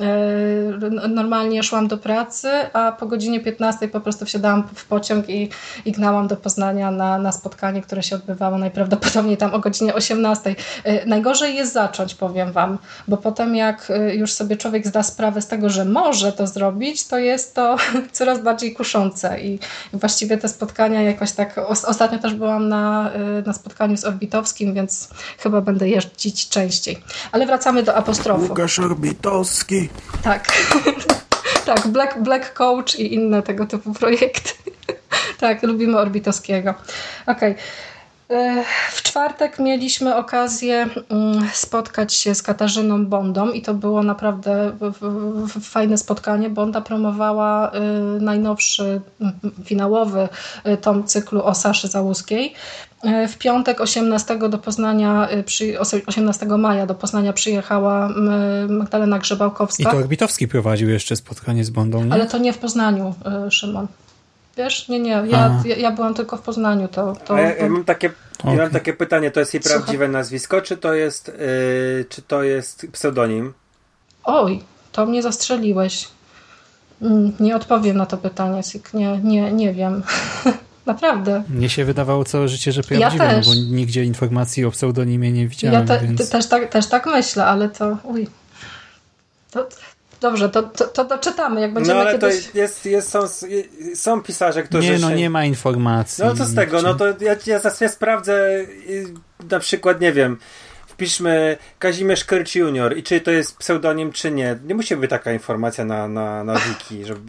e, normalnie szłam do pracy, a po godzinie piętnastej po prostu wsiadałam w pociąg i, i gnałam do Poznania na, na spotkanie, które się odbywało najprawdopodobniej tam o godzinie osiemnastej. E, najgorzej jest zacząć, powiem wam, bo potem jak już sobie człowiek zda sprawę z tego, że może to zrobić, to jest to coraz bardziej kuszące i właściwie te spotkania jakoś tak... Ostatnio też byłam na, na spotkaniu z Orbitowskim, więc chyba będę jeździć częściej. Ale wracamy do Apostrofu. Łukasz Orbitowski. Tak. Tak, Black, Black Coach i inne tego typu projekty. Tak, lubimy Orbitowskiego. Okej. W czwartek mieliśmy okazję spotkać się z Katarzyną Bondą i to było naprawdę fajne spotkanie. Bonda promowała najnowszy, finałowy tom cyklu o Saszy Załuskiej. W piątek osiemnastego do Poznania, osiemnastego maja do Poznania przyjechała Magdalena Grzebałkowska. I to Orbitowski prowadził jeszcze spotkanie z Bondą, nie? Ale to nie w Poznaniu, Szymon. Wiesz? Nie, nie. Ja, ja, ja byłam tylko w Poznaniu. To, to, A ja, ja mam takie, okay. ja mam takie pytanie. To jest jej Słucham. prawdziwe nazwisko, czy to jest, yy, czy to jest pseudonim? Oj, to mnie zastrzeliłeś. Nie odpowiem na to pytanie, Sik. Nie, nie, nie wiem. Naprawdę. Mnie się wydawało całe życie, że prawdziwe, ja no bo nigdzie informacji o pseudonimie nie widziałem. Ja te, więc... też, tak, też tak myślę, ale to... Uj. To, dobrze, to, to, to doczytamy, jak będziemy No ale kiedyś... to jest, jest, są, są pisarze, którzy Nie, no się... nie ma informacji. No co z tego, no to ja, ja, ja sprawdzę na przykład, nie wiem, wpiszmy Kazimierz Kyrcz junior i czy to jest pseudonim, czy nie. Nie musi być taka informacja na, na, na wiki, żeby...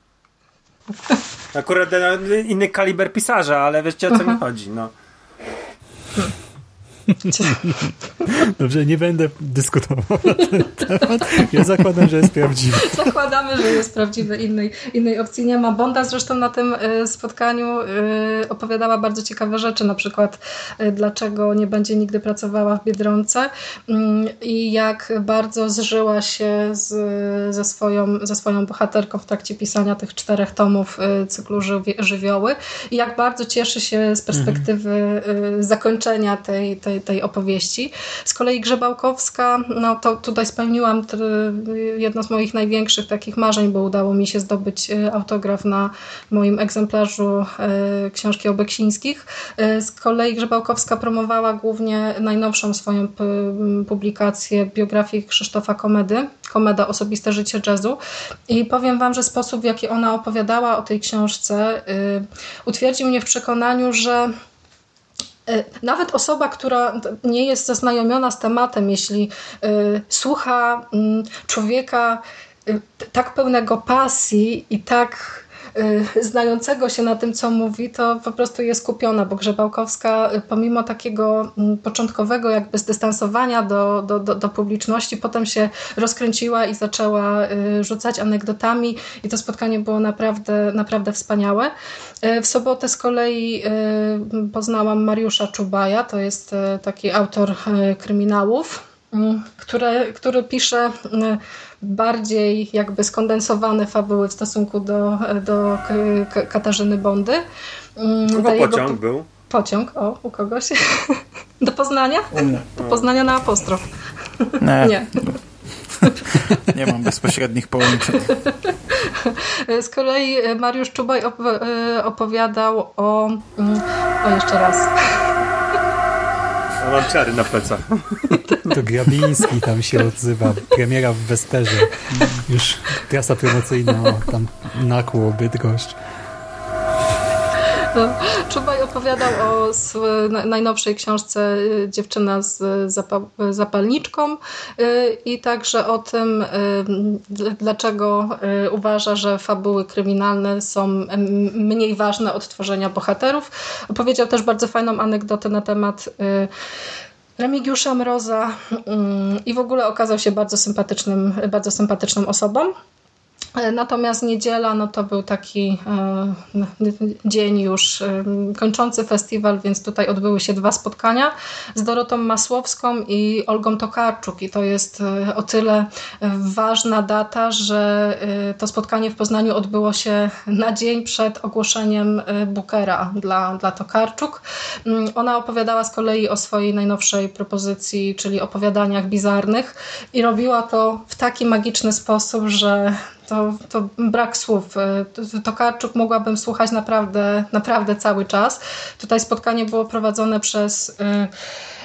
Akurat no, inny kaliber pisarza, ale wiecie, o co mi chodzi, no. Dobrze, nie będę dyskutował na ten temat. Ja zakładam, że jest prawdziwy. Zakładamy, że jest prawdziwy. Innej, innej opcji nie ma. Bonda zresztą na tym spotkaniu opowiadała bardzo ciekawe rzeczy, na przykład dlaczego nie będzie nigdy pracowała w Biedronce i jak bardzo zżyła się z, ze, swoją, ze swoją bohaterką w trakcie pisania tych czterech tomów cyklu Żywioły i jak bardzo cieszy się z perspektywy mhm. zakończenia tej, tej tej opowieści. Z kolei Grzebałkowska, no to tutaj spełniłam jedno z moich największych takich marzeń, bo udało mi się zdobyć autograf na moim egzemplarzu książki o Beksińskich. Z kolei Grzebałkowska promowała głównie najnowszą swoją publikację biografii Krzysztofa Komedy, Komeda Osobiste życie jazzu i powiem wam, że sposób, w jaki ona opowiadała o tej książce utwierdził mnie w przekonaniu, że nawet osoba, która nie jest zaznajomiona z tematem, jeśli y, słucha y, człowieka y, tak pełnego pasji i tak y, znającego się na tym, co mówi, to po prostu jest skupiona, bo Grzebałkowska y, pomimo takiego y, początkowego jakby zdystansowania do, do, do, do publiczności, potem się rozkręciła i zaczęła y, rzucać anegdotami i to spotkanie było naprawdę, naprawdę wspaniałe. W sobotę z kolei poznałam Mariusza Czubaja, to jest taki autor kryminałów, który, który pisze bardziej jakby skondensowane fabuły w stosunku do, do Katarzyny Bondy. Kogo pociąg jego... był? Pociąg, o, u kogoś. Do Poznania? U mnie. Do Poznania na apostrof. Nie. Nie. Nie mam bezpośrednich połączeń. Z kolei Mariusz Czubaj opowiadał o... O, jeszcze raz. A mam czary na plecach. To Grabiński tam się odzywa. Premiera w Westerze. Już trasa promocyjna, o, tam nakło Bydgoszcz. Czubaj opowiadał o najnowszej książce Dziewczyna z zapalniczką i także o tym, dlaczego uważa, że fabuły kryminalne są mniej ważne od tworzenia bohaterów. Opowiedział też bardzo fajną anegdotę na temat Remigiusza Mroza i w ogóle okazał się bardzo sympatycznym, bardzo sympatyczną osobą. Natomiast niedziela no to był taki e, dzień już e, kończący festiwal, więc tutaj odbyły się dwa spotkania z Dorotą Masłowską i Olgą Tokarczuk i to jest e, o tyle ważna data, że e, to spotkanie w Poznaniu odbyło się na dzień przed ogłoszeniem e, Bookera dla, dla Tokarczuk. Ona opowiadała z kolei o swojej najnowszej propozycji, czyli opowiadaniach bizarnych i robiła to w taki magiczny sposób, że To, to brak słów. Tokarczuk mogłabym słuchać naprawdę, naprawdę cały czas. Tutaj spotkanie było prowadzone przez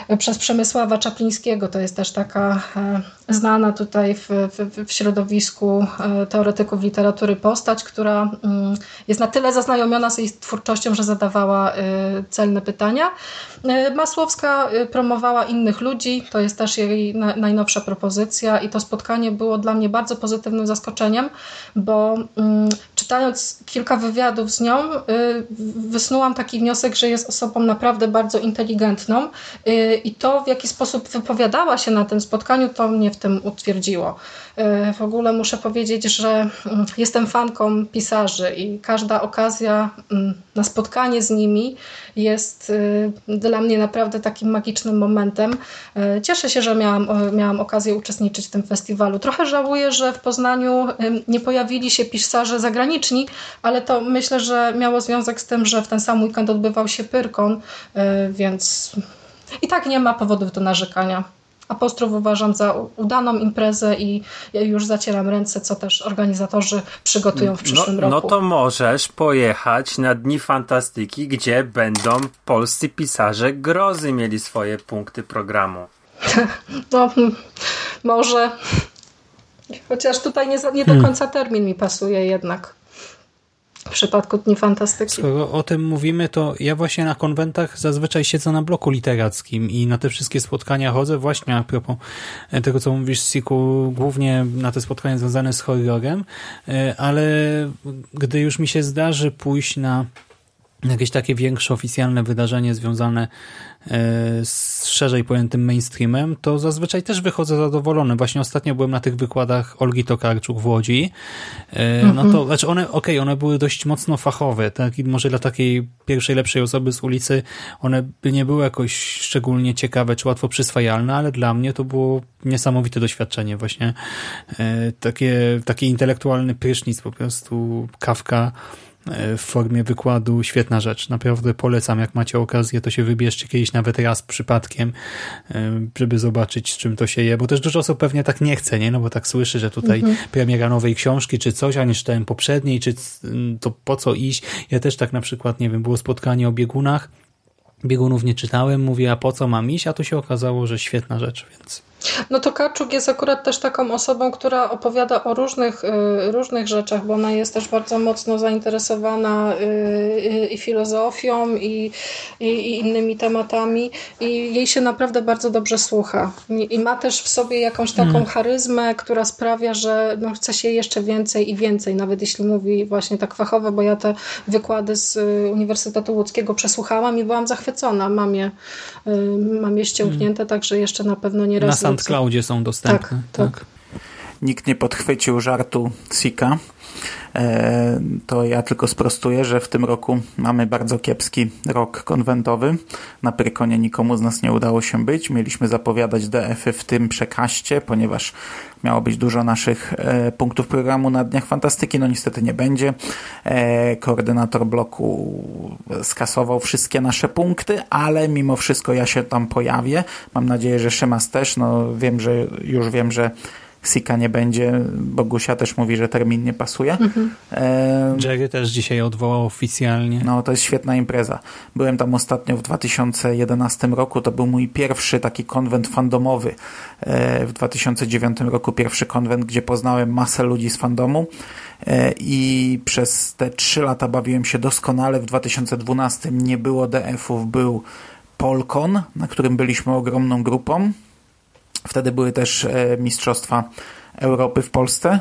przez Przemysława Czaplińskiego. To jest też taka znana tutaj w, w, w środowisku teoretyków literatury postać, która jest na tyle zaznajomiona z jej twórczością, że zadawała celne pytania. Masłowska promowała innych ludzi, to jest też jej najnowsza propozycja i to spotkanie było dla mnie bardzo pozytywnym zaskoczeniem, bo czytając kilka wywiadów z nią wysnułam taki wniosek, że jest osobą naprawdę bardzo inteligentną i to, w jaki sposób wypowiadała się na tym spotkaniu, to mnie w tym utwierdziło. W ogóle muszę powiedzieć, że jestem fanką pisarzy i każda okazja na spotkanie z nimi jest dla mnie naprawdę takim magicznym momentem. Cieszę się, że miałam, miałam okazję uczestniczyć w tym festiwalu. Trochę żałuję, że w Poznaniu nie pojawili się pisarze zagraniczni, ale to myślę, że miało związek z tym, że w ten sam weekend odbywał się Pyrkon, więc i tak nie ma powodów do narzekania. Apostrów uważam za udaną imprezę i ja już zacieram ręce, co też organizatorzy przygotują w przyszłym no, roku. No to możesz pojechać na Dni Fantastyki, gdzie będą polscy pisarze grozy mieli swoje punkty programu. No, może. Chociaż tutaj nie, nie do końca termin mi pasuje jednak. W przypadku Dni Fantastyki. Skoro o tym mówimy, to ja właśnie na konwentach zazwyczaj siedzę na bloku literackim i na te wszystkie spotkania chodzę właśnie a propos tego, co mówisz, Siku, głównie na te spotkania związane z horrorem, ale gdy już mi się zdarzy pójść na jakieś takie większe oficjalne wydarzenie związane z szerzej pojętym mainstreamem, to zazwyczaj też wychodzę zadowolony. Właśnie ostatnio byłem na tych wykładach Olgi Tokarczuk w Łodzi. No to, znaczy one, okej, okay, one były dość mocno fachowe, tak? I może dla takiej pierwszej, lepszej osoby z ulicy one by nie były jakoś szczególnie ciekawe, czy łatwo przyswajalne, ale dla mnie to było niesamowite doświadczenie. Właśnie takie, taki intelektualny prysznic, po prostu kawka w formie wykładu, świetna rzecz. Naprawdę polecam, jak macie okazję, to się wybierzcie kiedyś nawet raz przypadkiem, żeby zobaczyć, z czym to się je, bo też dużo osób pewnie tak nie chce, nie? No bo tak słyszy, że tutaj mhm. premiera nowej książki, czy coś, a nie czytałem poprzedniej, czy to po co iść? Ja też tak na przykład, nie wiem, było spotkanie o biegunach, biegunów nie czytałem, mówię, a po co mam iść? A tu się okazało, że świetna rzecz, więc... No to Tokarczuk jest akurat też taką osobą, która opowiada o różnych, różnych rzeczach, bo ona jest też bardzo mocno zainteresowana i filozofią, i, i, i innymi tematami i jej się naprawdę bardzo dobrze słucha. I ma też w sobie jakąś taką hmm. charyzmę, która sprawia, że no, chce się jeszcze więcej i więcej, nawet jeśli mówi właśnie tak fachowo, bo ja te wykłady z Uniwersytetu Łódzkiego przesłuchałam i byłam zachwycona. Mam je, mam je ściągnięte, hmm. także jeszcze na pewno nie raz. Na SoundCloudzie są dostępne. Tak, tak. Nikt nie podchwycił żartu Sika. E, to ja tylko sprostuję, że w tym roku mamy bardzo kiepski rok konwentowy. Na Pyrkonie nikomu z nas nie udało się być. Mieliśmy zapowiadać D F-y w tym przekaście, ponieważ miało być dużo naszych e, punktów programu na Dniach Fantastyki. No niestety nie będzie. E, koordynator bloku skasował wszystkie nasze punkty, ale mimo wszystko ja się tam pojawię. Mam nadzieję, że Szymas też. No wiem, że już wiem, że Sika nie będzie. Bogusia też mówi, że termin nie pasuje. Mhm. E... Jerry też dzisiaj odwołał oficjalnie. No, to jest świetna impreza. Byłem tam ostatnio w dwa tysiące jedenastym roku. To był mój pierwszy taki konwent fandomowy. E, w dwa tysiące dziewiątym roku pierwszy konwent, gdzie poznałem masę ludzi z fandomu e, i przez te trzy lata bawiłem się doskonale. W dwa tysiące dwunastym nie było D F-ów, był Polkon, na którym byliśmy ogromną grupą. Wtedy były też e, Mistrzostwa Europy w Polsce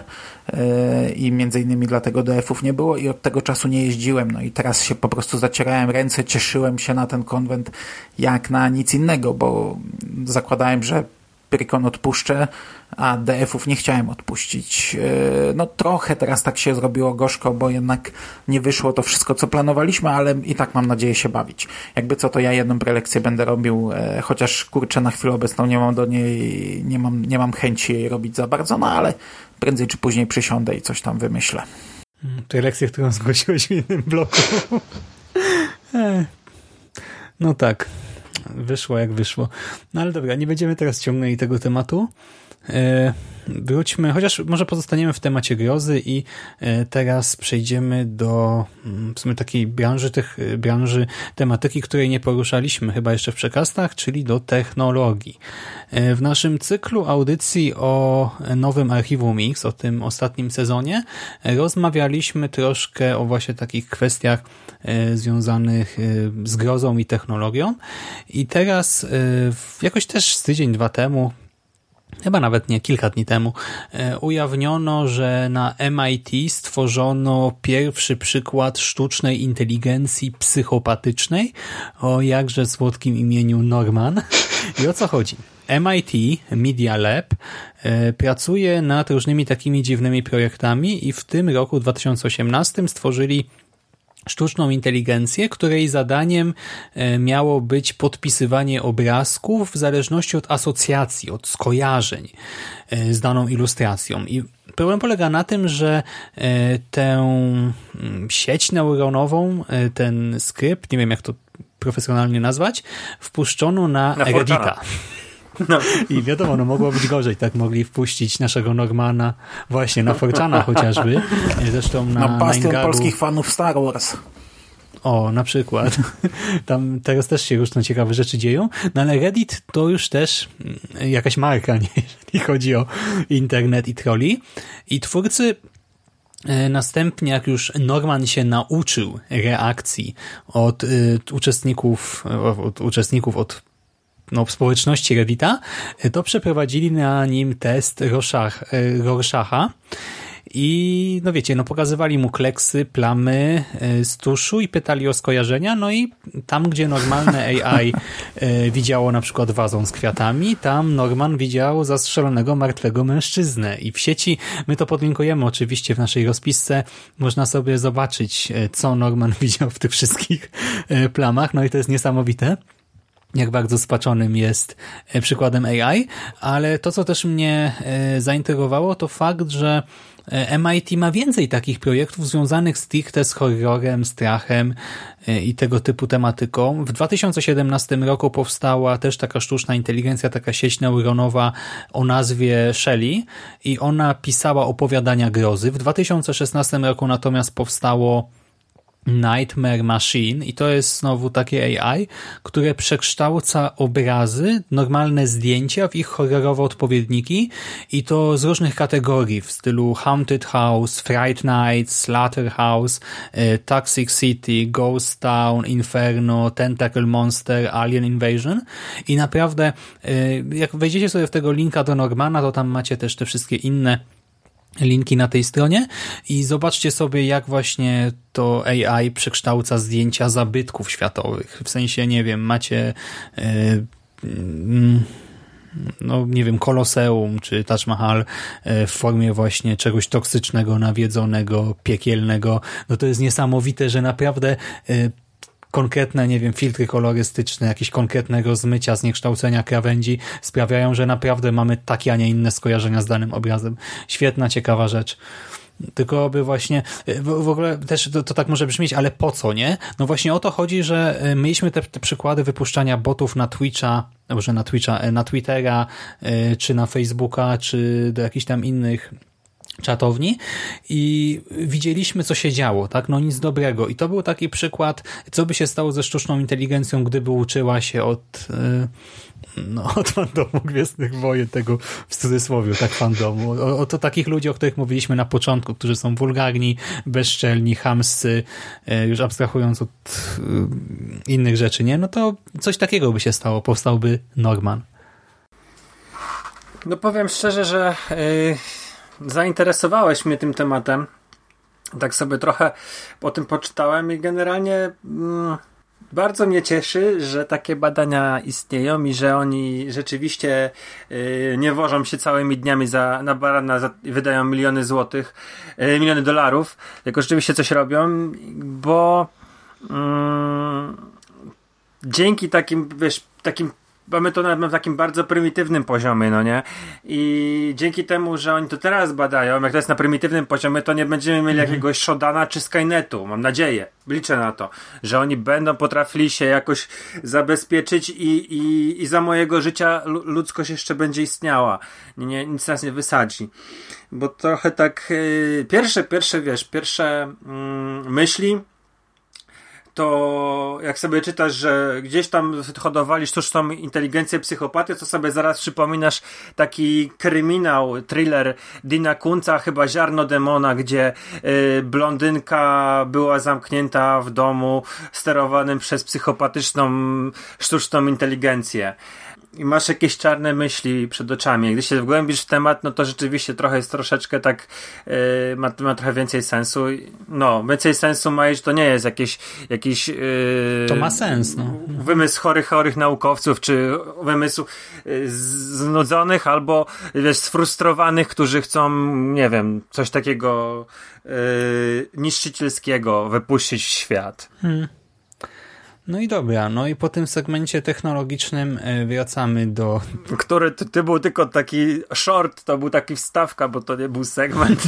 e, i między innymi dlatego D F-ów nie było i od tego czasu nie jeździłem. No i teraz się po prostu zacierałem ręce, cieszyłem się na ten konwent jak na nic innego, bo zakładałem, że Pyrkon odpuszczę, a D F-ów nie chciałem odpuścić. No trochę teraz tak się zrobiło gorzko, bo jednak nie wyszło to wszystko, co planowaliśmy, ale i tak mam nadzieję się bawić. Jakby co, to ja jedną prelekcję będę robił, chociaż kurczę, na chwilę obecną nie mam do niej, nie mam, nie mam chęci jej robić za bardzo, no ale prędzej czy później przysiądę i coś tam wymyślę. Prelekcję, którą zgłosiłeś w innym bloku. No tak. Wyszło jak wyszło. No ale dobra, nie będziemy teraz ciągnęli tego tematu. Wróćmy, chociaż może pozostaniemy w temacie grozy i teraz przejdziemy do w sumie takiej branży, tych branży tematyki, której nie poruszaliśmy chyba jeszcze w przekastach, czyli do technologii. W naszym cyklu audycji o nowym Archiwum Mix, o tym ostatnim sezonie, rozmawialiśmy troszkę o właśnie takich kwestiach związanych z grozą i technologią i teraz jakoś też z tydzień, dwa temu, chyba nawet nie, kilka dni temu, ujawniono, że na M I T stworzono pierwszy przykład sztucznej inteligencji psychopatycznej o jakże słodkim imieniu Norman. I o co chodzi? M I T Media Lab pracuje nad różnymi takimi dziwnymi projektami i w tym roku, dwa tysiące osiemnastym, stworzyli sztuczną inteligencję, której zadaniem miało być podpisywanie obrazków w zależności od asocjacji, od skojarzeń z daną ilustracją. I problem polega na tym, że tę sieć neuronową, ten skrypt, nie wiem jak to profesjonalnie nazwać, wpuszczono na, na Reddita. No. I wiadomo, no mogło być gorzej, tak mogli wpuścić naszego Normana właśnie na four chana chociażby. Zresztą na, na bastion Nine polskich fanów Star Wars. O, na przykład. Tam teraz też się różne ciekawe rzeczy dzieją. No ale Reddit to już też jakaś marka, nie? Jeżeli chodzi o internet i trolli. I twórcy następnie, jak już Norman się nauczył reakcji od y, uczestników, od uczestników, od no, społeczności Reddita, to przeprowadzili na nim test Rorschach, Rorschacha i no wiecie, no pokazywali mu kleksy, plamy z tuszu i pytali o skojarzenia, no i tam, gdzie normalne A I widziało na przykład wazon z kwiatami, tam Norman widział zastrzelonego martwego mężczyznę i w sieci, my to podlinkujemy oczywiście w naszej rozpisce, można sobie zobaczyć, co Norman widział w tych wszystkich plamach, no i to jest niesamowite, jak bardzo spaczonym jest przykładem A I, ale to, co też mnie zaintrygowało, to fakt, że M I T ma więcej takich projektów związanych stricte z horrorem, strachem i tego typu tematyką. W dwa tysiące siedemnastym roku powstała też taka sztuczna inteligencja, taka sieć neuronowa o nazwie Shelley i ona pisała opowiadania grozy. W dwa tysiące szesnastym roku natomiast powstało Nightmare Machine i to jest znowu takie A I, które przekształca obrazy, normalne zdjęcia w ich horrorowe odpowiedniki i to z różnych kategorii w stylu Haunted House, Fright Night, Slaughterhouse, Toxic City, Ghost Town, Inferno, Tentacle Monster, Alien Invasion i naprawdę jak wejdziecie sobie w tego linka do Normana, to tam macie też te wszystkie inne linki na tej stronie i zobaczcie sobie, jak właśnie to A I przekształca zdjęcia zabytków światowych. W sensie, nie wiem, macie yy, no nie wiem, Koloseum czy Taj Mahal w formie właśnie czegoś toksycznego, nawiedzonego, piekielnego. No to jest niesamowite, że naprawdę yy, konkretne, nie wiem, filtry kolorystyczne, jakieś konkretne rozmycia, zniekształcenia krawędzi sprawiają, że naprawdę mamy takie, a nie inne skojarzenia z danym obrazem. Świetna, ciekawa rzecz. Tylko by właśnie, w, w ogóle też to, to tak może brzmieć, ale po co, nie? No właśnie o to chodzi, że mieliśmy te, te przykłady wypuszczania botów na Twitcha, może na Twitcha, na Twittera, czy na Facebooka, czy do jakichś tam innych czatowni i widzieliśmy, co się działo, tak? No nic dobrego. I to był taki przykład, co by się stało ze sztuczną inteligencją, gdyby uczyła się od no, od fandomu Gwiezdnych Wojen, tego w cudzysłowie, tak fandomu. O, o to takich ludzi, o których mówiliśmy na początku, którzy są wulgarni, bezczelni, chamscy, już abstrahując od innych rzeczy, nie? No to coś takiego by się stało. Powstałby Norman. No powiem szczerze, że yy... zainteresowałeś mnie tym tematem. Tak sobie trochę o tym poczytałem i generalnie mm, bardzo mnie cieszy, że takie badania istnieją i że oni rzeczywiście yy, nie wożą się całymi dniami za, na barana za, wydają miliony złotych, yy, miliony dolarów, tylko rzeczywiście coś robią, bo yy, dzięki takim, wiesz, takim mamy to na takim bardzo prymitywnym poziomie, no nie? I dzięki temu, że oni to teraz badają, jak to jest na prymitywnym poziomie, to nie będziemy mieli mhm. jakiegoś Shodana czy Skynetu, mam nadzieję, liczę na to, że oni będą potrafili się jakoś zabezpieczyć i, i, i za mojego życia ludzkość jeszcze będzie istniała. Nie, nic nas nie wysadzi. Bo trochę tak yy, pierwsze, pierwsze, wiesz, pierwsze yy, myśli to jak sobie czytasz, że gdzieś tam hodowali sztuczną inteligencję psychopaty, to sobie zaraz przypominasz taki kryminał, thriller Dina Kunca, chyba Ziarno Demona, gdzie y, blondynka była zamknięta w domu sterowanym przez psychopatyczną sztuczną inteligencję. I masz jakieś czarne myśli przed oczami. Gdy się wgłębisz w temat, no to rzeczywiście trochę jest troszeczkę tak, yy, ma, ma trochę więcej sensu. No, więcej sensu ma, że to nie jest jakieś, jakiś yy, to ma sens, no. wymysł chorych, chorych naukowców, czy wymysł yy, znudzonych, albo wiesz, sfrustrowanych, którzy chcą, nie wiem, coś takiego yy, niszczycielskiego wypuścić w świat. Hmm. No i dobra, no i po tym segmencie technologicznym wracamy do... Który ty, ty był tylko taki short, to był taki wstawka, bo to nie był segment.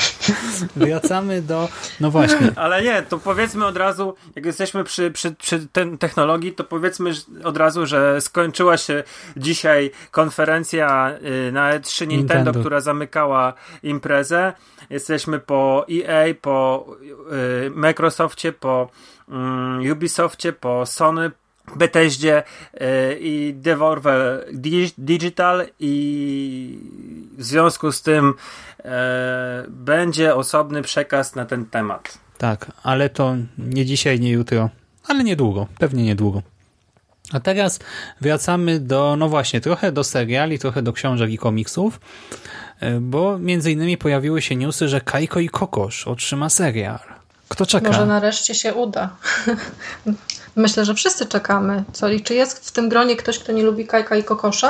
Wracamy do... No właśnie. Ale nie, to powiedzmy od razu, jak jesteśmy przy, przy, przy tej technologii, to powiedzmy od razu, że skończyła się dzisiaj konferencja na E trzy Nintendo, Nintendo. która zamykała imprezę. Jesteśmy po E A, po y, Microsoftie, po y, Ubisoftie, po Sony, Bethesdzie y, i Devolver Digital, i w związku z tym y, będzie osobny przekaz na ten temat. Tak, ale to nie dzisiaj, nie jutro, ale niedługo, pewnie niedługo. A teraz wracamy do, no właśnie, trochę do seriali, trochę do książek i komiksów, bo między innymi pojawiły się newsy, że Kajko i Kokosz otrzyma serial. Kto czeka? Może nareszcie się uda. Myślę, że wszyscy czekamy. Co, i czy jest w tym gronie ktoś, kto nie lubi Kajka i Kokosza?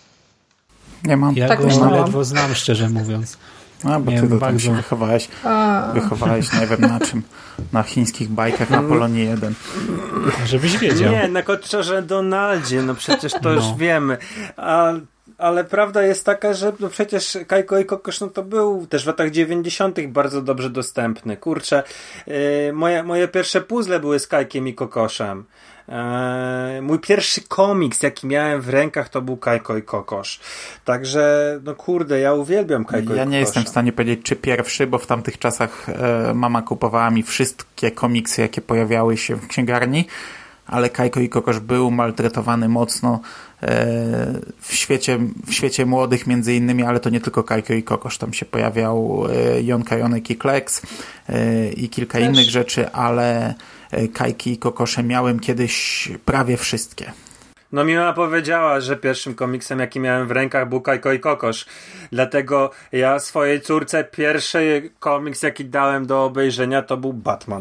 Nie mam. Ja tak go myślałam. ledwo znam, szczerze mówiąc. A, bo nie ty to bardzo... tam się wychowałeś. A. Wychowałeś, nie wiem na czym. Na chińskich bajkach na Polonii jeden. Żebyś wiedział. Nie, na Koczorze Donaldzie, no przecież to no. już wiemy. A, ale prawda jest taka, że no przecież Kajko i Kokosz, no to był też w latach dziewięćdziesiątych bardzo dobrze dostępny. Kurczę, yy, moje, moje pierwsze puzzle były z Kajkiem i Kokoszem. Eee, mój pierwszy komiks, jaki miałem w rękach, to był Kajko i Kokosz. Także, no kurde, ja uwielbiam Kajko i Kokosza. Ja nie jestem w stanie powiedzieć, czy pierwszy, bo w tamtych czasach e, mama kupowała mi wszystkie komiksy, jakie pojawiały się w księgarni, ale Kajko i Kokosz był maltretowany mocno e, w świecie, w świecie młodych między innymi, ale to nie tylko Kajko i Kokosz. Tam się pojawiał e, Jonka, Jonek i Kleks e, i kilka Też. innych rzeczy, ale Kajki i Kokosze miałem kiedyś prawie wszystkie. No mi mama powiedziała, że pierwszym komiksem, jaki miałem w rękach, był Kajko i Kokosz. Dlatego ja swojej córce pierwszy komiks, jaki dałem do obejrzenia, to był Batman.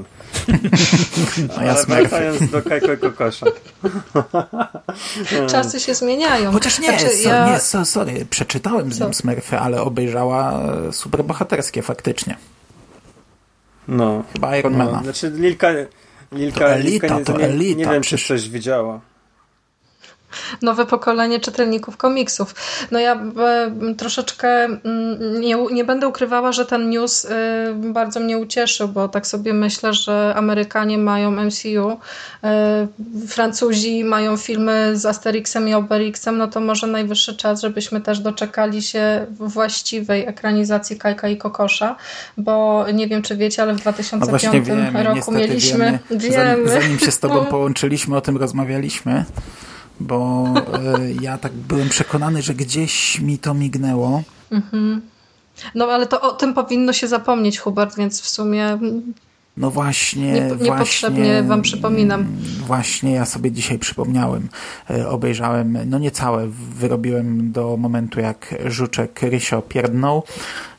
No ja Ale wracając do Kajko i Kokosza. Czasy się zmieniają. Chociaż nie, znaczy, so, ja... nie so, sorry, przeczytałem z nim Smurfy, ale obejrzała superbohaterskie faktycznie. No. Chyba Ironmana. No, znaczy Lilka... Lilka, to elita, Lilka nie, to nie, elita. nie wiem, czy Przecież... coś widziała. Nowe pokolenie czytelników komiksów. No ja e, troszeczkę nie, nie będę ukrywała, że ten news e, bardzo mnie ucieszył, bo tak sobie myślę, że Amerykanie mają M C U, e, Francuzi mają filmy z Asterixem i Obelixem, no to może najwyższy czas, żebyśmy też doczekali się właściwej ekranizacji Kajka i Kokosza, bo nie wiem, czy wiecie, ale w dwa tysiące piątym wiemy, roku mieliśmy... Wiemy. wiemy. Zanim, zanim się z tobą połączyliśmy, o tym rozmawialiśmy, bo y, ja tak byłem przekonany, że gdzieś mi to mignęło. Mm-hmm. No ale to o tym powinno się zapomnieć, Hubert, więc w sumie... No właśnie, nie, niepotrzebnie właśnie, wam przypominam. Właśnie ja sobie dzisiaj przypomniałem. E, obejrzałem, no niecałe, wyrobiłem do momentu, jak Żuczek Rysio pierdnął.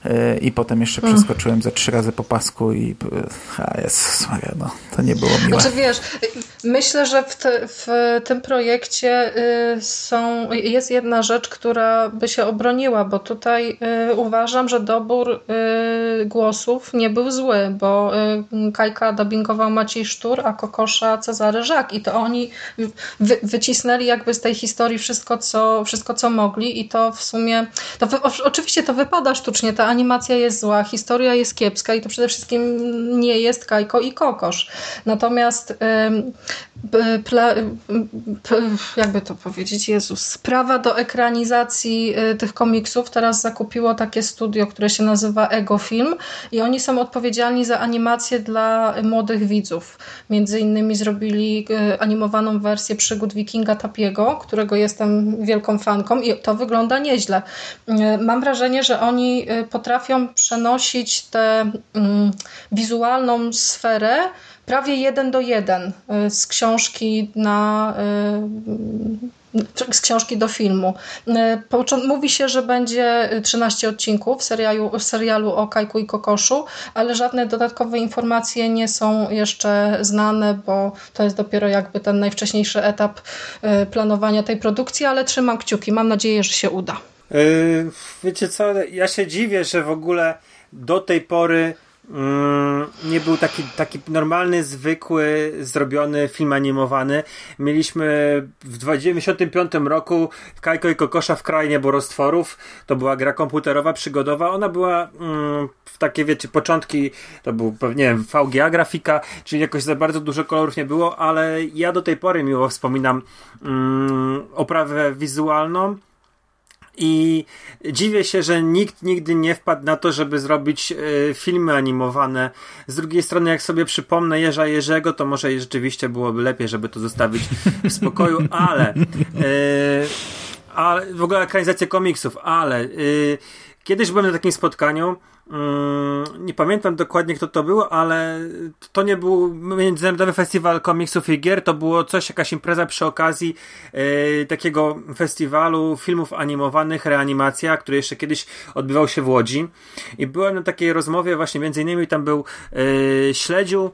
i potem jeszcze przeskoczyłem ze trzy razy po pasku i a Jezus Maria, no, to nie było miłe. Znaczy wiesz, myślę, że w, te, w tym projekcie są, jest jedna rzecz, która by się obroniła, bo tutaj uważam, że dobór głosów nie był zły, bo Kajka dubbingował Maciej Sztur, a Kokosza Cezary Żak i to oni wy, wycisnęli jakby z tej historii wszystko co, wszystko, co mogli i to w sumie, to wy, oczywiście to wypada sztucznie, ta animacja jest zła, historia jest kiepska i to przede wszystkim nie jest Kajko i Kokosz. Natomiast Pla, jakby to powiedzieć, Jezus, prawa do ekranizacji tych komiksów teraz zakupiło takie studio, które się nazywa Ego Film i oni są odpowiedzialni za animację dla młodych widzów. Między innymi zrobili animowaną wersję przygód Wikinga Tapiego, którego jestem wielką fanką i to wygląda nieźle. Mam wrażenie, że oni potrafią przenosić tę um, wizualną sferę prawie jeden do jeden z książki na z książki do filmu. Mówi się, że będzie trzynaście odcinków serialu, serialu o Kajku i Kokoszu, ale żadne dodatkowe informacje nie są jeszcze znane, bo to jest dopiero jakby ten najwcześniejszy etap planowania tej produkcji, ale trzymam kciuki. Mam nadzieję, że się uda. Yy, wiecie co, ja się dziwię, że w ogóle do tej pory Mm, nie był taki, taki normalny, zwykły, zrobiony film animowany. Mieliśmy w dziewięćdziesiątym piątym roku Kajko i Kokosza w Krainie Borostworów. To była gra komputerowa, przygodowa. Ona była mm, w takie, wiecie, początki, to był pewnie, nie wiem, V G A grafika, czyli jakoś za bardzo dużo kolorów nie było, ale ja do tej pory miło wspominam mm, oprawę wizualną. I dziwię się, że nikt nigdy nie wpadł na to, żeby zrobić y, filmy animowane. Z drugiej strony, jak sobie przypomnę Jerza Jerzego, to może rzeczywiście byłoby lepiej, żeby to zostawić w spokoju, ale y, ale w ogóle ekranizację komiksów, ale y, kiedyś byłem na takim spotkaniu, Mm, nie pamiętam dokładnie, kto to było, ale to nie był Międzynarodowy Festiwal Komiksów i Gier, to było coś, jakaś impreza przy okazji yy, takiego festiwalu filmów animowanych, reanimacja, który jeszcze kiedyś odbywał się w Łodzi i byłem na takiej rozmowie właśnie, między innymi tam był yy, Śledziu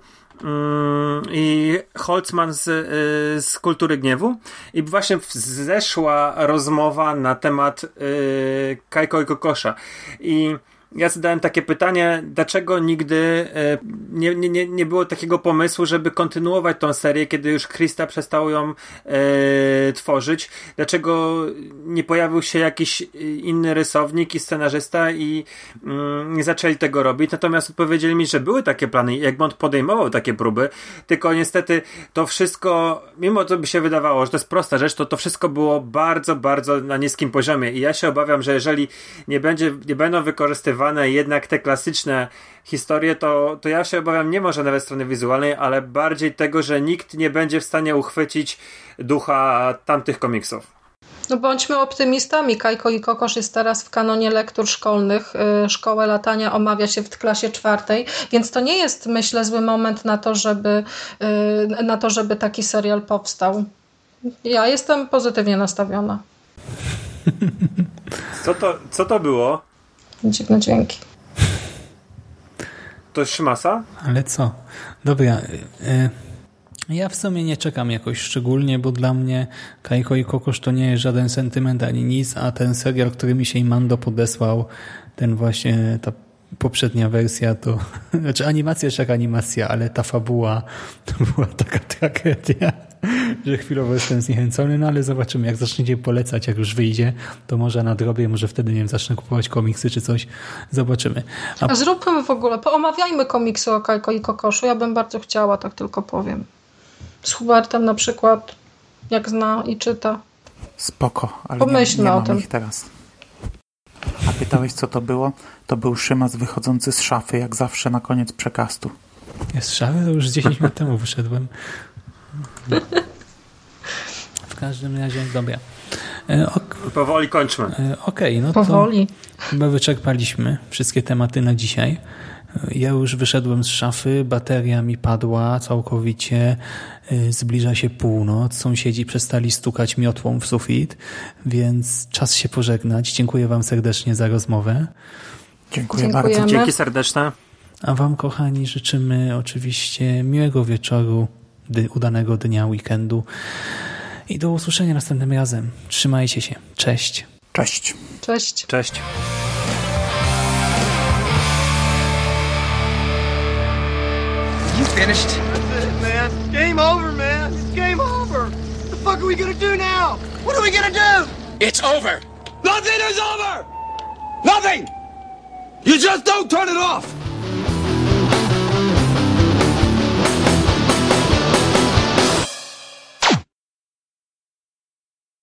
i Holtzman z, z Kultury Gniewu i właśnie zeszła rozmowa na temat yy, Kajko i Kokosza i ja zadałem takie pytanie, dlaczego nigdy nie, nie, nie było takiego pomysłu, żeby kontynuować tą serię, kiedy już Krista przestał ją e, tworzyć? Dlaczego nie pojawił się jakiś inny rysownik i scenarzysta i mm, nie zaczęli tego robić? Natomiast odpowiedzieli mi, że były takie plany i Egmont podejmował takie próby, tylko niestety to wszystko, mimo to by się wydawało, że to jest prosta rzecz, to to wszystko było bardzo, bardzo na niskim poziomie i ja się obawiam, że jeżeli nie będzie, nie będą wykorzystywane jednak te klasyczne historie, to, to ja się obawiam nie może nawet strony wizualnej, ale bardziej tego, że nikt nie będzie w stanie uchwycić ducha tamtych komiksów. No bądźmy optymistami. Kajko i Kokosz jest teraz w kanonie lektur szkolnych. Szkołę latania omawia się w klasie czwartej, więc to nie jest, myślę, zły moment na to, żeby, na to, żeby taki serial powstał. Ja jestem pozytywnie nastawiona. Co to, co to było? Dziwne dźwięki. To jest Szymasa? Ale co? Dobra. Y, ja w sumie nie czekam jakoś szczególnie, bo dla mnie Kajko i Kokosz to nie jest żaden sentyment ani nic, a ten serial, który mi się Imando podesłał, ten właśnie, ta poprzednia wersja, to znaczy animacja jest jak animacja, ale ta fabuła to była taka tragedia, że chwilowo jestem zniechęcony, no ale zobaczymy, jak zaczniecie polecać, jak już wyjdzie, to może nadrobię, może wtedy, nie wiem, zacznę kupować komiksy czy coś, zobaczymy. A... A zróbmy w ogóle, poomawiajmy komiksy o Kajko i Kokoszu, ja bym bardzo chciała, tak tylko powiem. Z Hubertem na przykład, jak zna i czyta. Spoko, ale pomyślmy nie, nie o mam tym. ich teraz. A pytałeś, co to było? To był Szymas wychodzący z szafy, jak zawsze na koniec przekastu. Jest z szafy? To już dziesięć minut temu wyszedłem. W każdym razie, dobra. E, ok. Powoli kończmy. E, Okej, okay, no Powoli. to chyba wyczerpaliśmy wszystkie tematy na dzisiaj. Ja już wyszedłem z szafy, bateria mi padła całkowicie, zbliża się północ, sąsiedzi przestali stukać miotłą w sufit, więc czas się pożegnać. Dziękuję wam serdecznie za rozmowę. Dziękuję Dziękujemy. bardzo. Dzięki serdeczne. A wam, kochani, życzymy oczywiście miłego wieczoru, dy, udanego dnia, weekendu i do usłyszenia następnym razem. Trzymajcie się. Cześć. Cześć. Cześć. Cześć. You finished? That's it, man. Game over, man. It's game over. What the fuck are we gonna do now? What are we gonna do? It's over. Nothing is over. Nothing. You just don't turn it off.